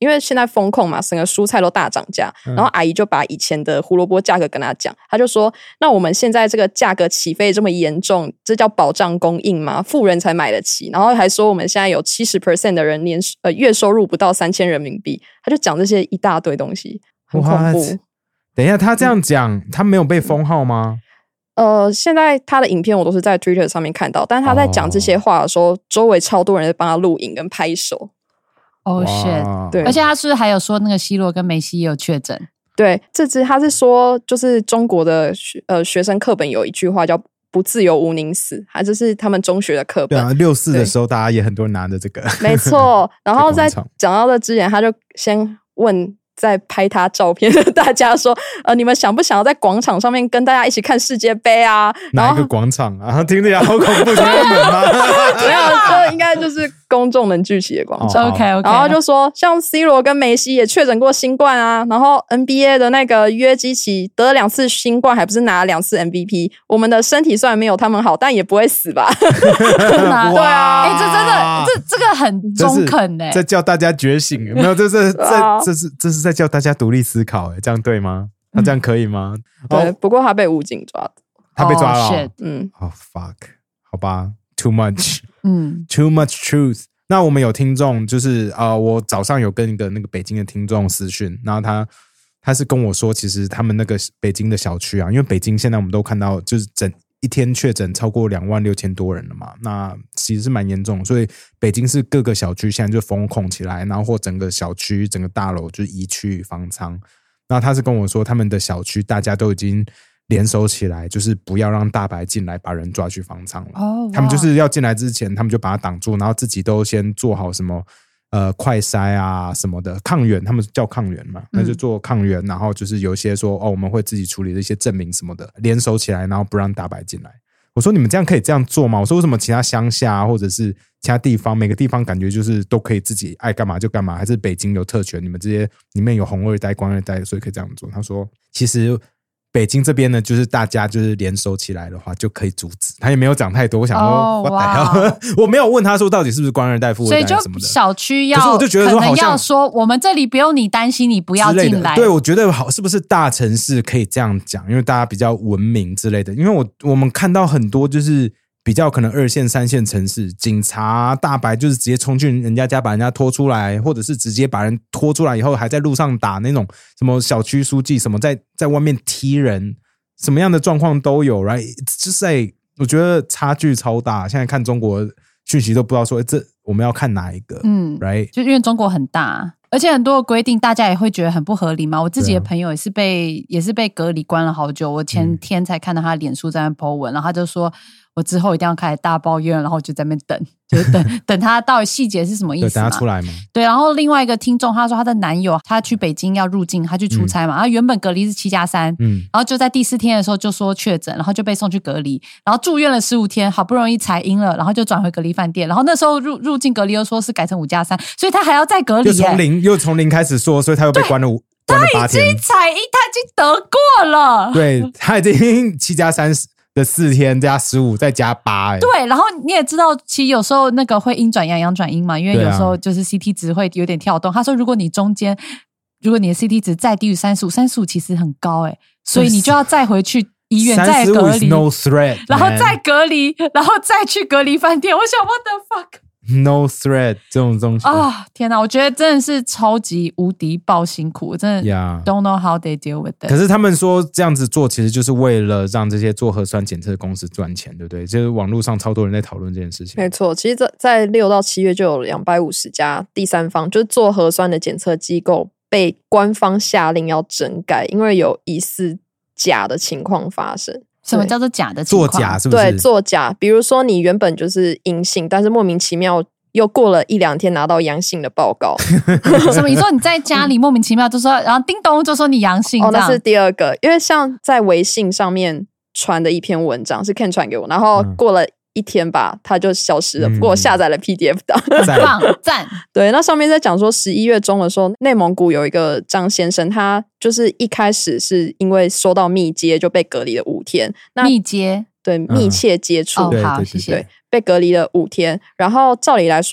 因为现在风控嘛，整个蔬菜都大涨价，然后阿姨就把以前的胡萝卜价格跟他讲，他就说那我们现在这个价格起飞这么严重，这叫保障供应吗？富人才买得起，然后还说我们现在有 百分之七十 的人年呃月收入不到三千人民币，他就讲这些一大堆东西，很恐怖。 等一下，他这样讲，嗯、他没有被封号吗？ 呃，现在他的影片我都是在 Twitter 上面看到，但是他在讲这些话的时候，哦、周围超多人在帮他录影跟拍手。 哦、oh, shit！ 对，而且他是不是还有说那个 C 罗跟梅西也有确诊？ 对，这支他是说，就是中国的学呃学生课本有一句话叫“不自由无宁死”，还就是他们中学的课本。 对啊，六四的时候大家也很多人拿着这个。 没错，然后在讲到这之前，他就先问。在拍他照片的大家说，呃，你们想不想要在广场上面跟大家一起看世界杯啊？ 哪一个广场啊？听起来好恐怖，天安门吗？ 没有，就应该就是公众能聚集的广场。 哦、OK OK。 然后就说，像 C 罗跟梅西也确诊过新冠啊，然后 N B A 的那个约基奇得了两次新冠，还不是拿了两次 M V P。我们的身体虽然没有他们好，但也不会死吧？ 对啊，哎、欸，这真的，这这个很中肯哎、欸， 这叫大家觉醒，有没有？这是这这是这是在叫大家独立思考，哎，这样对吗？那这样可以吗？ 嗯、对，不过他被武警抓， 他被抓了、 哦， 嗯， 哦、oh, fuck， 好吧 ，too much， 嗯 ，too much truth。那我们有听众，就是呃，我早上有跟一个那个北京的听众私讯，然后他他是跟我说，其实他们那个北京的小区啊，因为北京现在我们都看到，就是整一天确诊超过两万六千多人了嘛，那其实是蛮严重，所以北京市各个小区现在就封控起来，然后或整个小区、整个大楼就移去方舱。那他是跟我说，他们的小区大家都已经联手起来，就是不要让大白进来把人抓去方舱了。哦，他们就是要进来之前，他们就把它挡住，然后自己都先做好什么呃快筛啊什么的抗原，他们叫抗原嘛，那就做抗原，然后就是有一些说哦我们会自己处理的一些证明什么的，联手起来，然后不让大白进来。我说你们这样可以这样做吗？我说为什么其他乡下、啊、或者是其他地方每个地方感觉就是都可以自己爱干嘛就干嘛，还是北京有特权，你们这些里面有红二代官二代所以可以这样做。他说其实北京这边呢，就是大家就是联手起来的话就可以阻止。他也没有讲太多，我想说、oh, wow. 我没有问他说到底是不是官二代富二代什么的， 所以就小区要， 可是我就觉得说好像要说我们这里不用你担心，你不要进来。 对，我觉得好，是不是大城市可以这样讲，因为大家比较文明之类的。因为我我们看到很多就是比较可能二线三线城市，警察大白就是直接冲进人家家把人家拖出来，或者是直接把人拖出来以后还在路上打那种什么小区书记什么在在外面踢人，什么样的状况都有 right？ 就是在我觉得差距超大。现在看中国讯息都不知道说这我们要看哪一个，嗯 right？ 就因为中国很大，而且很多的规定大家也会觉得很不合理嘛。我自己的朋友也是被、啊、也是被隔离关了好久，我前天才看到他脸书在那 po 文，然后他就说我之后一定要开始大抱怨，然后我就在那边等，就是等等他到底细节是什么意思嘛？ 对，等他出来嘛。 对，然后另外一个听众他说他的男友他去北京要入境，他去出差嘛，他、嗯、原本隔离是七加三，嗯，然后就在第四天的时候就说确诊，然后就被送去隔离，然后住院了十五天，好不容易才阴了，然后就转回隔离饭店，然后那时候入入境隔离又说是改成五加三，所以他还要再隔离、欸， 又从零又从零开始说，所以他又被关了五。 他已经采阴，他已经得过了， 对，他已经七加三的四天加十五再加八、欸， 对，然后你也知道，其实有时候那个会阴转阳，阳转阴嘛，因为有时候就是 C T 值会有点跳动。他说，如果你中间，如果你的 C T 值再低于三十五，三十五其实很高哎、欸，所以你就要再回去医院再隔离， no threat, 然后再隔离，然后再去隔离饭店。我想 what the fuck。No threat 这种东西啊、哦！天哪，我觉得真的是超级无敌爆辛苦，我真的 don't know how they deal with it。 可是他们说这样子做，其实就是为了让这些做核酸检测的公司赚钱，对不对？就是网络上超多人在讨论这件事情。 没错，其实在在六到七月就有两百五十家第三方，就是做核酸的检测机构被官方下令要整改，因为有疑似假的情况发生。 什么叫做假的情况？ 作假是不是？ 对，作假。比如说你原本就是阴性，但是莫名其妙又过了一两天拿到阳性的报告。 什么？你说你在家里莫名其妙就说，然后叮咚就说你阳性， 哦，那是第二个。因为像在微信上面传的一篇文章是 Ken 传给我，然后过了一天吧，它就消失了。不过我下载了 P D F 档， 棒赞。 对，那上面在讲说十一月中的时候，内蒙古有一个张先生，他就是一开始是因为收到密接就被隔离了五天。那密接对密切接触， 嗯哦、好谢谢。 对，被隔离了五天。然后照理来说，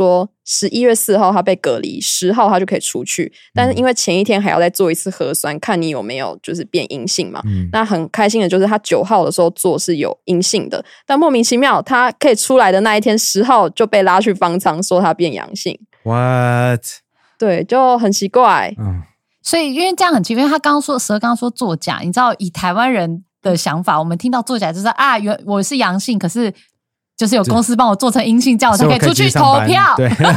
十一月四号他被隔离，十号他就可以出去，但是因为前一天还要再做一次核酸，看你有没有就是变阴性嘛。嗯、那很开心的就是他九号的时候做是有阴性的，但莫名其妙他可以出来的那一天十号就被拉去方舱说他变阳性。 What？ 对， 就很奇怪。 嗯，所以因为这样很奇怪，因为他刚刚说蛇刚刚说作假，你知道以台湾人的想法，我们听到作假就是啊，原我是阳性，可是就是有公司帮我做成阴性，叫我才可以出去投票。 对，投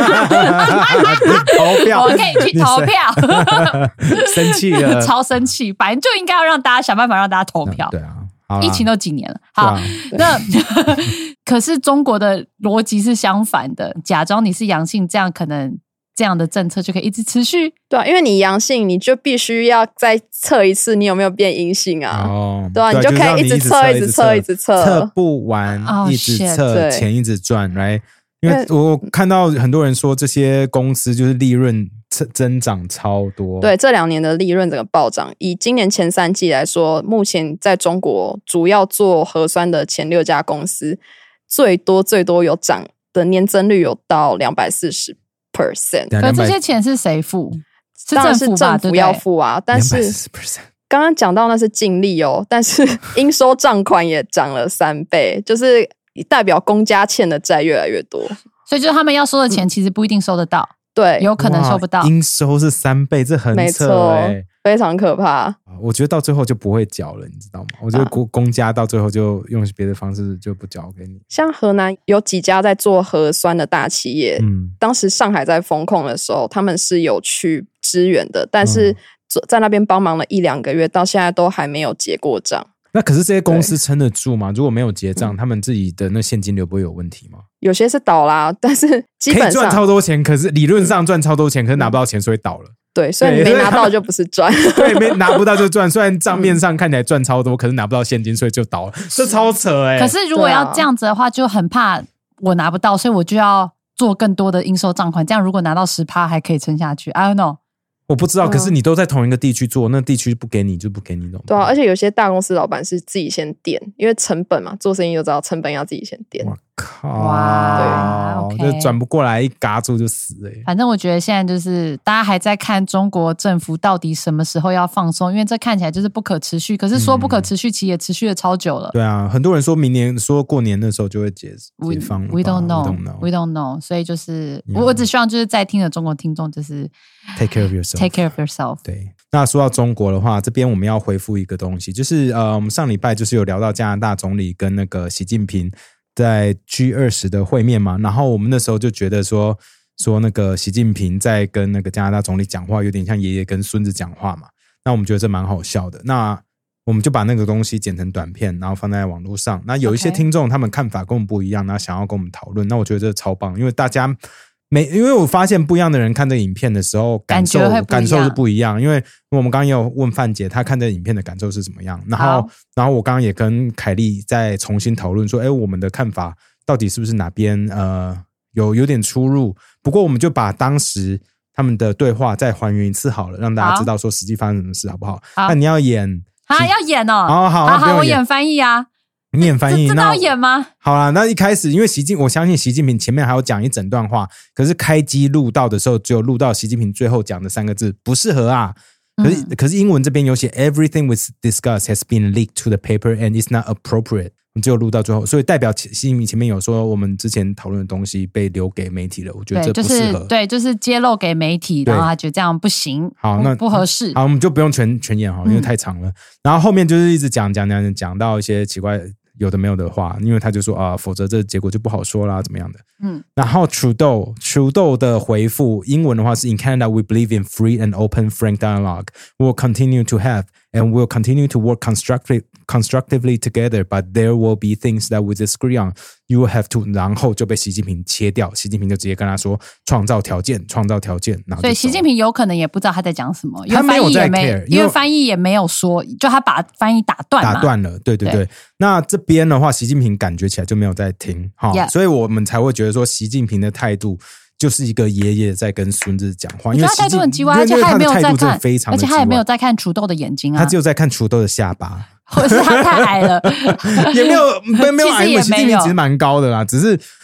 票， 我可以去投票。 生气了， 超生气！反正就应该要让大家想办法让大家投票。 对啊， 疫情都几年了，好，啊、那可是中国的逻辑是相反的，假装你是阳性，这样可能这样的政策就可以一直持续。 对啊，因为你阳性，你就必须要再测一次，你有没有变阴性啊？哦，对啊，你就可以一直测，一直测，一直测， 测不完，一直测，钱一直赚来。因为我看到很多人说，这些公司就是利润增长超多。 对，这两年的利润整个暴涨。以今年前三季来说，目前在中国主要做核酸的前六家公司，最多最多有涨的年增率有到两百四十 percent。 可这些钱是谁付？是当然是政府要付啊， 但是刚刚讲到那是净利哦，但是应收账款也涨了三倍，就是代表公家欠的债越来越多， 所以就是他们要收的钱其实不一定收得到， 对， 有可能收不到。 应收是三倍，这很扯欸， 非常可怕。 我觉得到最后就不会缴了，你知道吗？我觉得公公家到最后就用别的方式就不缴给你。 像河南有几家在做核酸的大企业，嗯，当时上海在封控的时候，他们是有去支援的，但是在那边帮忙了一两个月，到现在都还没有结过账。 那可是这些公司撑得住吗？如果没有结账，他们自己的那现金流不会有问题吗？ 有些是倒啦，但是基本上可以赚超多钱，可是理论上赚超多钱，可是拿不到钱，所以倒了。 对，所以你没拿到就不是赚。 对，没拿不到就赚。虽然账面上看起来赚超多，可是拿不到现金，所以就倒了。这超扯欸。 可是如果要这样子的话，就很怕我拿不到，所以我就要做更多的应收账款。这样如果拿到 百分之十 还可以撑下去。I don't know。 我不知道，可是你都在同一个地区做，那地区不给你就不给你， 对啊，而且有些大公司老板是自己先垫，因为成本嘛，做生意就知道成本要自己先垫。 我靠，哇，对，这转不过来，一嘎住就死了欸。 反正我觉得现在就是大家还在看中国政府到底什么时候要放松，因为这看起来就是不可持续。可是说不可持续，其实也持续了超久了。 嗯、对啊，很多人说明年说过年的时候就会解解放了。 We don't know, we don't know, we don't know。所以就是、yeah. 我只希望就是在听的中国听众就是 take care of yourself, take care of yourself。 对，那说到中国的话，这边我们要回复一个东西，就是呃，我们上礼拜就是有聊到加拿大总理跟那个习近平在 G 二十 的会面嘛，然后我们那时候就觉得说说那个习近平在跟那个加拿大总理讲话，有点像爷爷跟孙子讲话嘛，那我们觉得这蛮好笑的，那我们就把那个东西剪成短片，然后放在网络上，那有一些听众他们看法跟我们不一样，那想要跟我们讨论，那我觉得这超棒，因为大家没，因为我发现不一样的人看这个影片的时候感受感受是不一样，因为我们刚刚也有问范姐她看这个影片的感受是怎么样，然后然后我刚刚也跟凯莉再重新讨论说，哎，我们的看法到底是不是哪边呃有有点出入，不过我们就把当时他们的对话再还原一次好了，让大家知道说实际发生什么事好不好？好，那你要演啊，要演哦， 好好好好，我演翻译啊。 你演翻译， 这要演吗？ 好啦，那一开始因为习近，我相信习近平前面还有讲一整段话，可是开机录到的时候，只有录到习近平最后讲的三个字，不适合啊。可是、嗯、可是英文这边有写 ，Everything we discussed has been leaked to the paper and is not appropriate。只有录到最后，所以代表习近平前面有说我们之前讨论的东西被留给媒体了，我觉得这不适合。 对，就是对，就是揭露给媒体，然后他觉得这样不行， 好，那不合适。 好，我们就不用全全演好了，因为太长了。嗯、然后后面就是一直讲讲讲讲到一些奇怪有的没有的话，因为他就说啊，否则这结果就不好说啦，怎么样的？嗯。然后 Trudeau Trudeau 的回复，英文的话是 In Canada we believe in free and open frank dialogue. We will continue to have and we'll continue to work constructively constructively together, but there will be things that we disagree on. You will have to. 然后就被习近平切掉，习近平就直接跟他说创造条件，创造条件。然后所以习近平有可能也不知道他在讲什么，因为翻译也没，因为翻译也没有说，就他把翻译打断嘛， 打断了。对对 对, 对。那这边的话，习近平感觉起来就没有在听，哈、yeah. 所以我们才会觉得说，习近平的态度就是一个爷爷在跟孙子讲话，因为他态度很奇怪，而且他也没有在看，而且他也没有在看土豆的眼睛啊， 他只有在看土豆的下巴。 或者是他太矮了， 也没有没有没有矮，因为习近平其实蛮高的啦，只是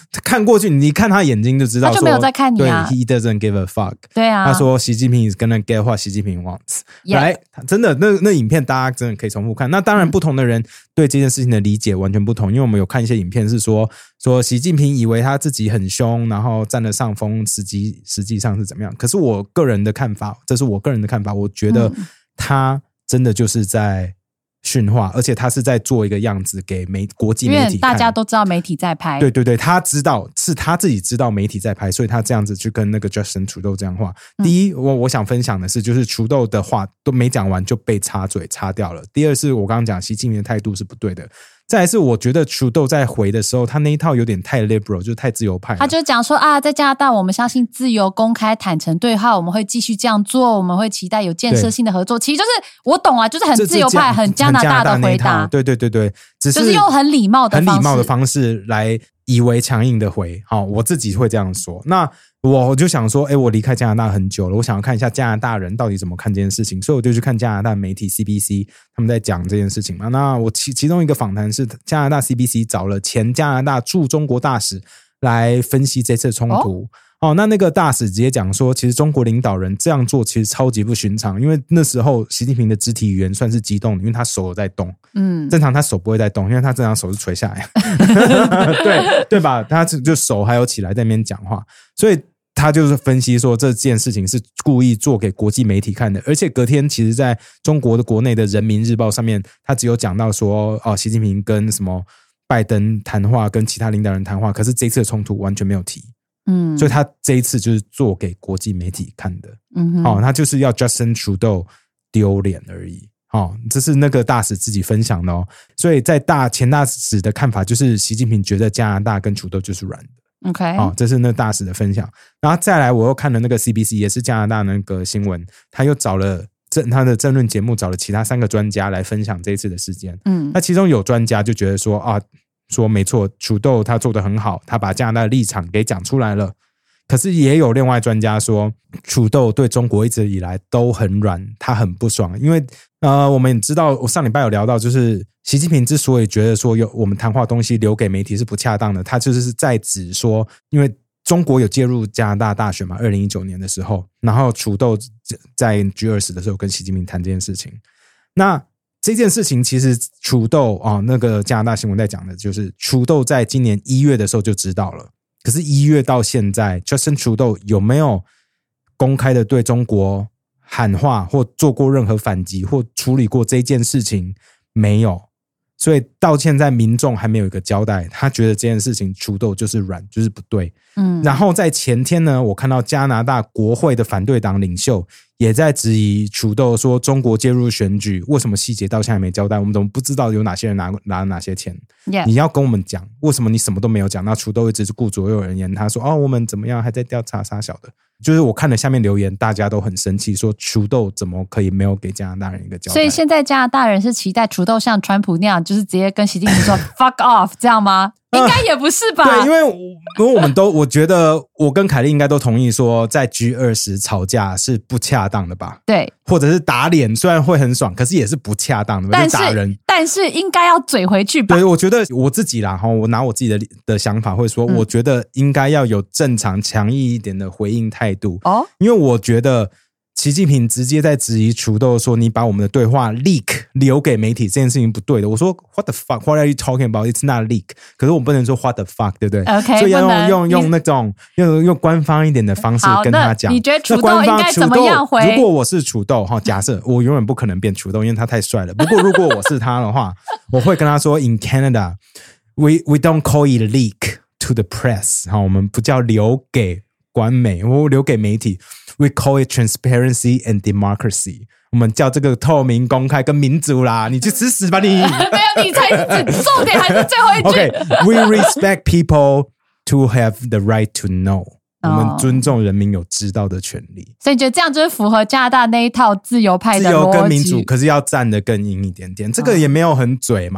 看过去，你看他眼睛就知道说， 他就没有在看你啊。 对 ，He doesn't give a fuck。 对啊， 他说习近平 is gonna get what 习近平 wants。来，真的，那那影片大家真的可以重复看。那当然，不同的人对这件事情的理解完全不同，因为我们有看一些影片是说，说习近平以为他自己很凶，然后占了上风，实际实际上是怎么样？可是我个人的看法，这是我个人的看法，我觉得他真的就是在驯化，而且他是在做一个样子给媒国际媒体看， 因为大家都知道媒体在拍， 对对对，他知道是他自己知道媒体在拍，所以他这样子去跟那个 Justin Trudeau 这样话。嗯、第一，我我想分享的是，就是 Trudeau 的话都没讲完就被插嘴插掉了。第二是我刚刚讲习近平的态度是不对的。再来是我觉得 Trudeau 在回的时候，他那一套有点太 liberal， 就是太自由派了。 他就讲说啊，在加拿大我们相信自由、公开、坦诚对话，我们会继续这样做，我们会期待有建设性的合作。其实就是我懂啊，就是很自由派、很加拿大的回答。 对对对对，只是就是用很礼貌的方式、 很礼貌的方式来以为强硬的回。好，我自己会这样说。那我就想说，哎，我离开加拿大很久了，我想要看一下加拿大人到底怎么看这件事情，所以我就去看加拿大媒体 C B C 他们在讲这件事情嘛。那我其其中一个访谈是加拿大 C B C 找了前加拿大驻中国大使来分析这次冲突。哦，哦那那个大使直接讲说，其实中国领导人这样做其实超级不寻常，因为那时候习近平的肢体语言算是激动的，因为他手有在动。嗯，正常他手不会在动，因为他正常手是垂下来。对对吧？他就手还有起来在那边讲话，所以他就是分析说这件事情是故意做给国际媒体看的，而且隔天其实在中国的国内的人民日报上面，他只有讲到说哦，习近平跟什么拜登谈话，跟其他领导人谈话，可是这一次的冲突完全没有提。嗯，所以他这一次就是做给国际媒体看的。嗯哼，哦，他就是要 Justin Trudeau 丢脸而已。哦，这是那个大使自己分享的哦。所以在大前大使的看法就是习近平觉得加拿大跟Trudeau就是软的。 OK， 哦，这是那大使的分享。然后再来，我又看了那个 C B C， 也是加拿大那个新闻，他又找了他的政论节目，找了其他三个专家来分享这一次的事件。嗯，那其中有专家就觉得说啊，说没错，Trudeau他做得很好，他把加拿大的立场给讲出来了。可是也有另外专家说，Trudeau对中国一直以来都很软，他很不爽，因为呃，我们也知道，我上礼拜有聊到，就是习近平之所以觉得说有我们谈话东西留给媒体是不恰当的，他就是在指说，因为中国有介入加拿大大选嘛，二零一九年的时候，然后Trudeau在 G 二十 的时候跟习近平谈这件事情，那这件事情其实Trudeau啊、哦，那个加拿大新闻在讲的就是Trudeau在今年一月的时候就知道了。可是一月到现在 Justin Trudeau 有没有公开的对中国喊话或做过任何反击或处理过这件事情？没有。所以到现在民众还没有一个交代，他觉得这件事情Trudeau就是软，就是不对。嗯，然后在前天呢，我看到加拿大国会的反对党领袖也在质疑Trudeau说中国介入选举，为什么细节到现在没交代？我们怎么不知道有哪些人拿拿了哪些钱？ Yeah. 你要跟我们讲，为什么你什么都没有讲？那Trudeau一直是顾左右而言，他说哦，我们怎么样，还在调查啥小的。就是我看了下面留言，大家都很生气，说Trudeau怎么可以没有给加拿大人一个交代？ 所以现在加拿大人是期待Trudeau像川普那样，就是直接跟习近平说 fuck off 这样吗？应该也不是吧？ 对，因为因为我们都，我觉得我跟凯莉应该都同意说，在 G 二十 吵架是不恰当的吧？ 对， 或者是打脸，虽然会很爽，可是也是不恰当的， 但是打人， 但是应该要嘴回去吧？ 对，我觉得我自己啦，我拿我自己的的想法会说，嗯、我觉得应该要有正常强硬一点的回应态度哦，因为我觉得。习近平直接在质疑Trudeau说你把我们的对话 leak 留给媒体这件事情不对的。我说 what the fuck what are you talking about it's not leak 可是我不能说 what the fuck 对不对 okay, 所以要用用用那种用用官方一点的方式跟他讲。 你觉得Trudeau应该怎么样回？ 如果我是Trudeau假设我永远不可能变Trudeau因为他太帅了，不过如果我是他的话我会跟他说 in Canada we, we don't call it leak to the press 我们不叫留给官媒，我留给媒体 We call it transparency and democracy 我们叫这个透明公开跟民主啦，你去吃屎吧你没有，你才是重点还是最后一句 OK We respect people to have the right to know 我们尊重人民有知道的权利， 所以你觉得这样就是符合加拿大那一套自由派的逻辑， 自由跟民主，可是要站得更硬一点点，这个也没有很嘴嘛，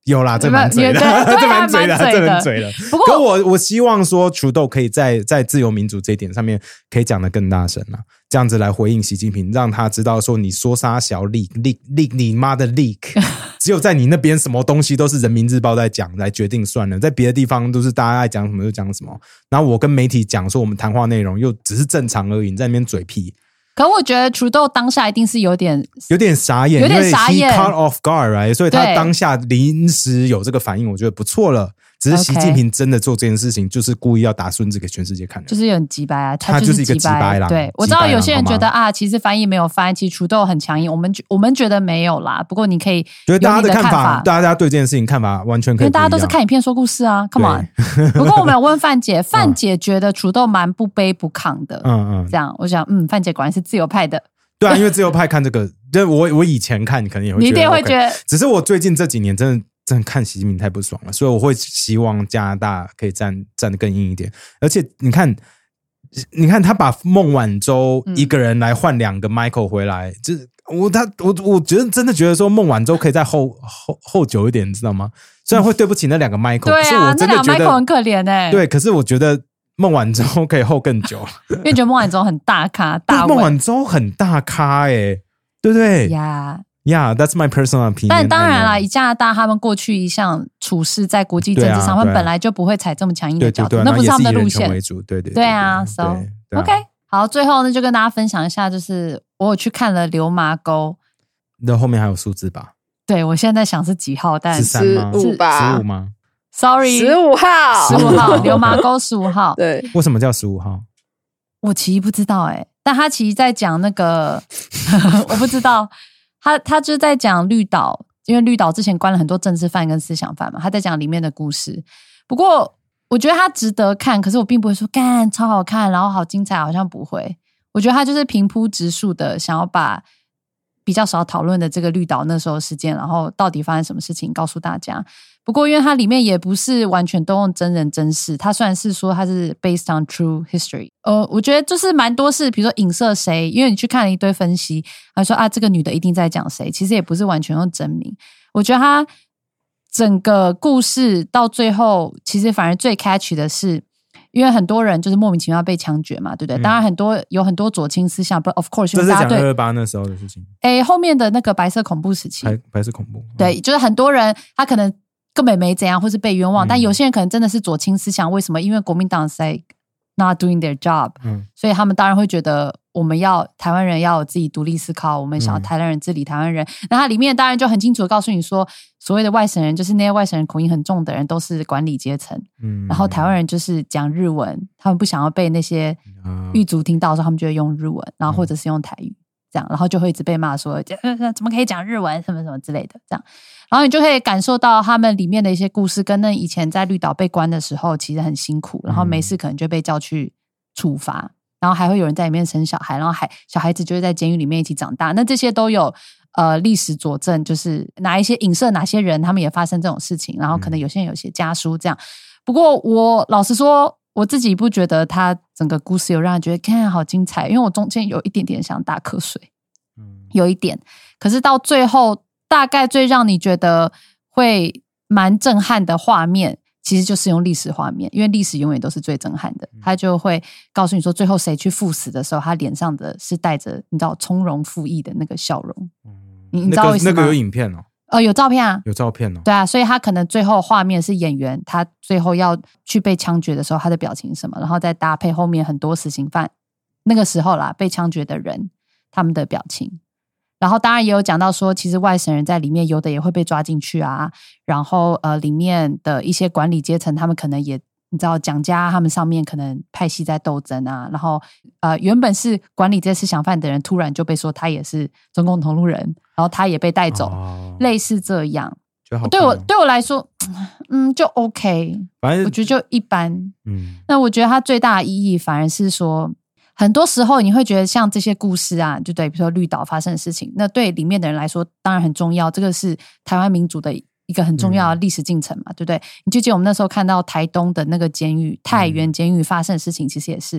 有啦，这蛮嘴的，这蛮嘴的，这蛮嘴的。不过我我希望说Trudeau可以在在自由民主这一点上面可以讲得更大声啊，这样子来回应习近平，让他知道说你说啥小 leak leak leak 你妈的 leak， 只有在你那边什么东西都是人民日报在讲来决定算了，在别的地方都是大家爱讲什么就讲什么。然后我跟媒体讲说我们谈话内容又只是正常而已，你在那边嘴屁。 可我觉得 Trudeau 当下一定是有点有点傻眼， 有点傻眼， 因为 he caught off guard， right? 所以他当下临时有这个反应，我觉得不错了。只是习近平真的做这件事情，就是故意要打孙子给全世界看的， 就是有点鸡掰啊， 他就是一个鸡掰啦。 对，我知道有些人觉得啊，其实翻译没有翻，其实Trudeau很强硬，我们我们觉得没有啦。不过你可以觉得大家的看法， 法大家对这件事情看法完全可以不一样， 因为大家都是看影片说故事啊 ，Come on。不过我们有问范姐，范姐觉得Trudeau蛮不卑不亢的，嗯嗯，这样我想，嗯，范姐果然是自由派的。 对啊，因为自由派看这个，就我我以前看可能也会觉得， 你一定会觉得， 只是我最近这几年真的。真的看习近平太不爽了，所以我会希望加拿大可以站站得更硬一点。而且你看，你看他把孟晚舟一个人来换两个 Michael 回来，嗯、就是我他我我觉得真的觉得说孟晚舟可以再后后后久一点，你知道吗？虽然会对不起那两个 Michael， 对啊， 我真的觉得那两个 Michael 很可怜哎、欸。 对，可是我觉得孟晚舟可以后更久， 因为觉得孟晚舟很大咖，大孟晚舟很大咖哎、欸，对不对？ 呀。Yeah. Yeah, that's my personal opinion. 但当然啦，以加拿大他们过去一向处事在国际政治上，他们本来就不会采这么强硬的角度，那不是他们的路线。 为主，对对对啊 ，so OK， 好，最后呢就跟大家分享一下，就是我有去看了《流麻沟》， 那后面还有数字吧？ 对，我现在在想是几号，但十五吧？ 十五吗 ？Sorry， 十五号， 十五号，《流麻沟》十五号。 对， 为什么叫十五号？ 我其实不知道哎、欸，但他其实在讲那个，我不知道。他他就在讲绿岛，因为绿岛之前关了很多政治犯跟思想犯嘛，他在讲里面的故事。不过我觉得他值得看，可是我并不会说干超好看，然后好精彩，好像不会。我觉得他就是平铺直述的，想要把比较少讨论的这个绿岛那时候事件，然后到底发生什么事情告诉大家。不过因为它里面也不是完全都用真人真事，它虽然是说它是 based on true history， 呃，我觉得就是蛮多是比如说影射谁，因为你去看了一堆分析，他说啊这个女的一定在讲谁，其实也不是完全用真名。我觉得它整个故事到最后其实反而最 catchy 的是，因为很多人就是莫名其妙被枪决嘛，对不对？嗯、当然很多有很多左倾思想 ，but of course， 这是讲二二八那时候的事情。 哎，后面的那个白色恐怖时期， 白白色恐怖， 对，嗯、就是很多人他可能根本没怎样，或是被冤枉，嗯、但有些人可能真的是左倾思想。为什么？因为国民党在 not doing their job，嗯、所以他们当然会觉得我们要台湾人要有自己独立思考，我们想要台湾人治理台湾人。嗯、那它里面当然就很清楚的告诉你说，所谓的外省人就是那些外省人口音很重的人，都是管理阶层。嗯，然后台湾人就是讲日文，他们不想要被那些狱卒听到的时候，他们就会用日文，然后或者是用台语。这样，然后就会一直被骂说怎么可以讲日文什么什么之类的这样，然后你就可以感受到他们里面的一些故事，跟那以前在绿岛被关的时候其实很辛苦，然后没事可能就被叫去处罚，然后还会有人在里面生小孩，然后还小孩子就会在监狱里面一起长大，那这些都有呃历史佐证，就是哪一些影射哪些人他们也发生这种事情，然后可能有些人有些家书这样。不过我老实说我自己不觉得他整个故事有让人觉得看好精彩，因为我中间有一点点想打瞌睡，嗯，有一点。可是到最后，大概最让你觉得会蛮震撼的画面，其实就是用历史画面，因为历史永远都是最震撼的。他就会告诉你说，最后谁去赴死的时候，他脸上的是带着你知道从容赴义的那个笑容。嗯、你你知道为什么？ 那个、那个有影片哦。 呃，有照片啊， 有照片哦。 对啊，所以他可能最后画面是演员，他最后要去被枪决的时候，他的表情是什么，然后再搭配后面很多死刑犯那个时候啦，被枪决的人他们的表情。然后当然也有讲到说，其实外省人在里面有的也会被抓进去啊，然后呃，里面的一些管理阶层，他们可能也你知道蒋家他们上面可能派系在斗争啊，然后呃，原本是管理这些思想犯的人，突然就被说他也是中共同路人，然后他也被带走，哦、类似这样。对我对我来说，嗯，就 OK， 反正我觉得就一般。嗯，那我觉得它最大的意义反而是说，很多时候你会觉得像这些故事啊，就对，比如说绿岛发生的事情，那对里面的人来说当然很重要，这个是台湾民主的一个很重要的历史进程嘛，嗯、对不对？你就记得我们那时候看到台东的那个监狱太原监狱发生的事情，其实也是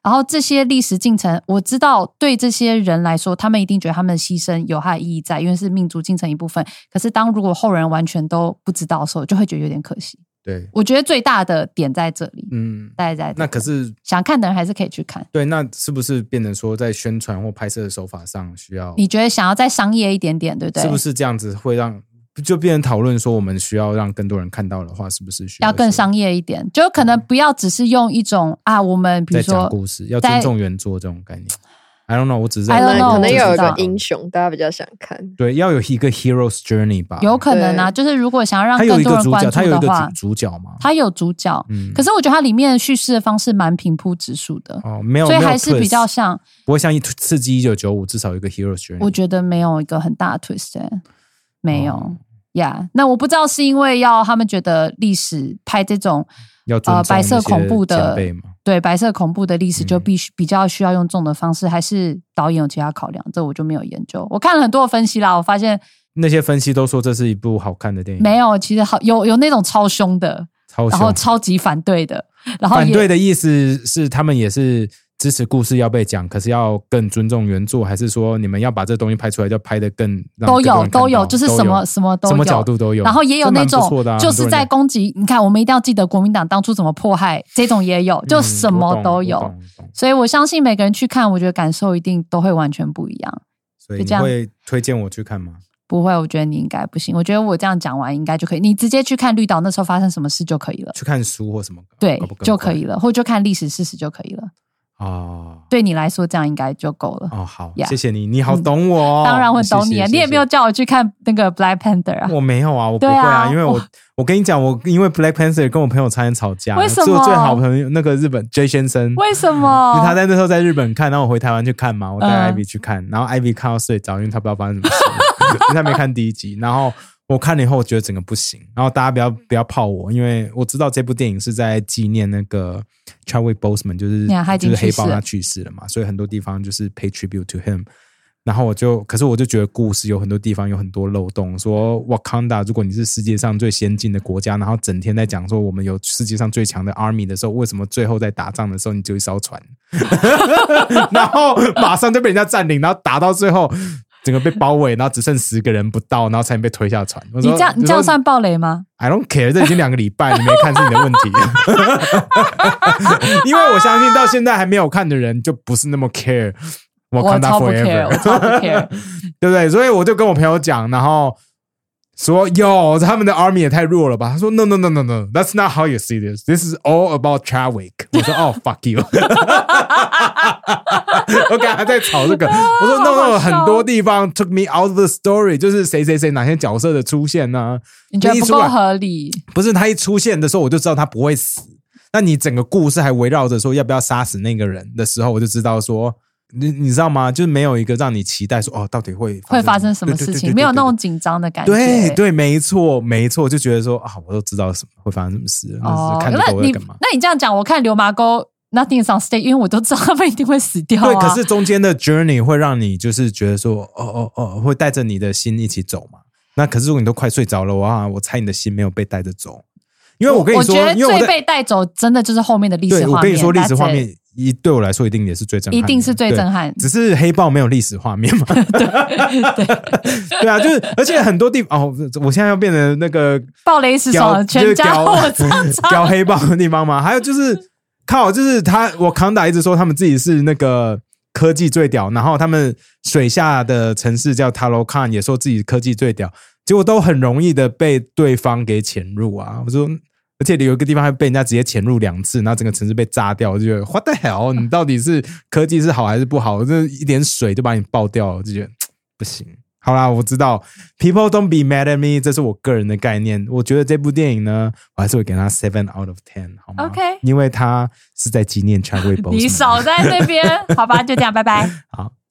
然后这些历史进程，我知道对这些人来说，他们一定觉得他们的牺牲有它的意义在，因为是民族进程一部分。可是当如果后人完全都不知道的时候，就会觉得有点可惜。 对， 我觉得最大的点在这里，嗯，大概在这里。 那可是想看的人还是可以去看。 对，那是不是变成说在宣传或拍摄的手法上需要？ 你觉得想要再商业一点点，对不对？ 是不是这样子会让就变成讨论说，我们需要让更多人看到的话，是不是需要要更商业一点？就可能不要只是用一种啊，我们比如说在讲故事，要尊重原作这种概念。I don't know， 我只是在可能可能有一个英雄，大家比较想看。 对，要有一个 hero's journey 吧。 有可能啊，就是如果想要让更多人关注的话， 他有一个主角吗？ 他有主角，嗯、可是我觉得他里面叙事的方式蛮平铺直述的， 哦，没有， 所以还是比较像， 不会像刺激一九九五至少有一个 hero's journey。 我觉得没有一个很大的 twist， 没有呀。Oh. Yeah, 那我不知道是因为要他们觉得历史拍这种要呃白色恐怖的。对白色恐怖的历史就必须比较需要用这种的方式，嗯、还是导演有其他考量？这我就没有研究。我看了很多的分析啦，我发现那些分析都说这是一部好看的电影。 没有，其实好有有那种超凶的， 超凶然后超级反对的，然后反对的意思是他们也是支持故事要被讲，可是要更尊重原作，还是说你们要把这东西拍出来，就拍得更都有都有，就是什么什么都有， 什么角度都有。 然后也有那种、 啊、 就是在攻击，你看我们一定要记得国民党当初怎么迫害，这种也有，就什么都有。 嗯、 所以我相信每个人去看，我觉得感受一定都会完全不一样。 所以你会推荐我去看吗？ 不会，我觉得你应该不行。我觉得我这样讲完应该就可以，你直接去看绿岛那时候发生什么事就可以了。 去看书或什么， 对就可以了，或就看历史事实就可以了。 哦， 对你来说这样应该就够了。 哦，好， yeah. 谢谢你，你好懂我、哦嗯，当然会懂你啊。你也没有叫我去看那个 Black Panther 啊？ 我没有啊，我不会啊，啊因为我我跟你讲，我因为 Black Panther 跟我朋友差点吵架， 为什么？ 是我最好朋友那个日本 J 先生， 为什么？ 因为他在那时候在日本看，然后我回台湾去看嘛，我带 Ivy 去看，嗯、然后 Ivy 看到睡着，因为他不知道发生什么事，因为他没看第一集，然后。我看了以后，我觉得整个不行。然后大家不要不要泡我，因为我知道这部电影是在纪念那个 Chadwick Boseman， 就是、yeah, 就是黑豹他去世了嘛，所以很多地方就是 pay tribute to him。然后我就，可是我就觉得故事有很多地方有很多漏洞。说 Wakanda， 如果你是世界上最先进的国家，然后整天在讲说我们有世界上最强的 army 的时候，为什么最后在打仗的时候你就一艘船，然后马上就被人家占领，然后打到最后。整个被包围，然后只剩十个人不到，然后才被推下船。我说你这样，你这样算暴雷吗 ？I don't care， 这已经两个礼拜，你没看是你的问题。因为我相信到现在还没有看的人，就不是那么 care。 我超不 care， 我超不 care， 对不对？所以我就跟我朋友讲，然后说：“哟，他们的 army 也太弱了吧？”他说 ：“No, no, no, no, no. That's not how you see this. This is all about Chadwick。”我说：“哦、oh, ，fuck you。”我跟他在吵这个，我说 no no， 很多地方 took me out of the story， 就是谁谁谁哪些角色的出现呢、啊？ 你觉得不够合理？ 不是他一出现的时候，我就知道他不会死。那你整个故事还围绕着说要不要杀死那个人的时候，我就知道说，你你知道吗？就是没有一个让你期待说哦，到底会会发生什么事情，没有那种紧张的感觉。 对对，没错没错，就觉得说啊，我都知道什么会发生什么事，哦、看这个我在干嘛？ 那你这样讲，我看流麻沟。Nothing is on stage， 因为我都知道他们一定会死掉、啊。 对，可是中间的 journey 会让你就是觉得说，哦哦哦，会带着你的心一起走嘛。那可是如果你都快睡着了，哇，我猜你的心没有被带着走。因为我跟你说， 我觉得最被带走真的就是后面的历史画面。 对，我跟你说，历史画面一对我来说一定也是最震撼的， 一定是最震撼。 只是黑豹没有历史画面嘛。 对对对啊，就是而且很多地方哦，我现在要变成那个暴雷史爽全家货屌黑豹的地方嘛。还有就是。靠，就是他，我康达一直说他们自己是那个科技最屌，然后他们水下的城市叫 Talokan 也说自己科技最屌，结果都很容易的被对方给潜入啊！我说，而且有一个地方还被人家直接潜入两次，然后整个城市被炸掉，我就觉得 What the hell？ 你到底是科技是好还是不好？这一点水就把你爆掉了，我就觉得不行。好啦，我知道 People don't be mad at me， 这是我个人的概念。我觉得这部电影呢，我还是会给它 seven out of ten， 好吗 ？OK， 因为它是在纪念 Chadwick Boseman。 你少在那边，好吧，就这样，拜拜。 好。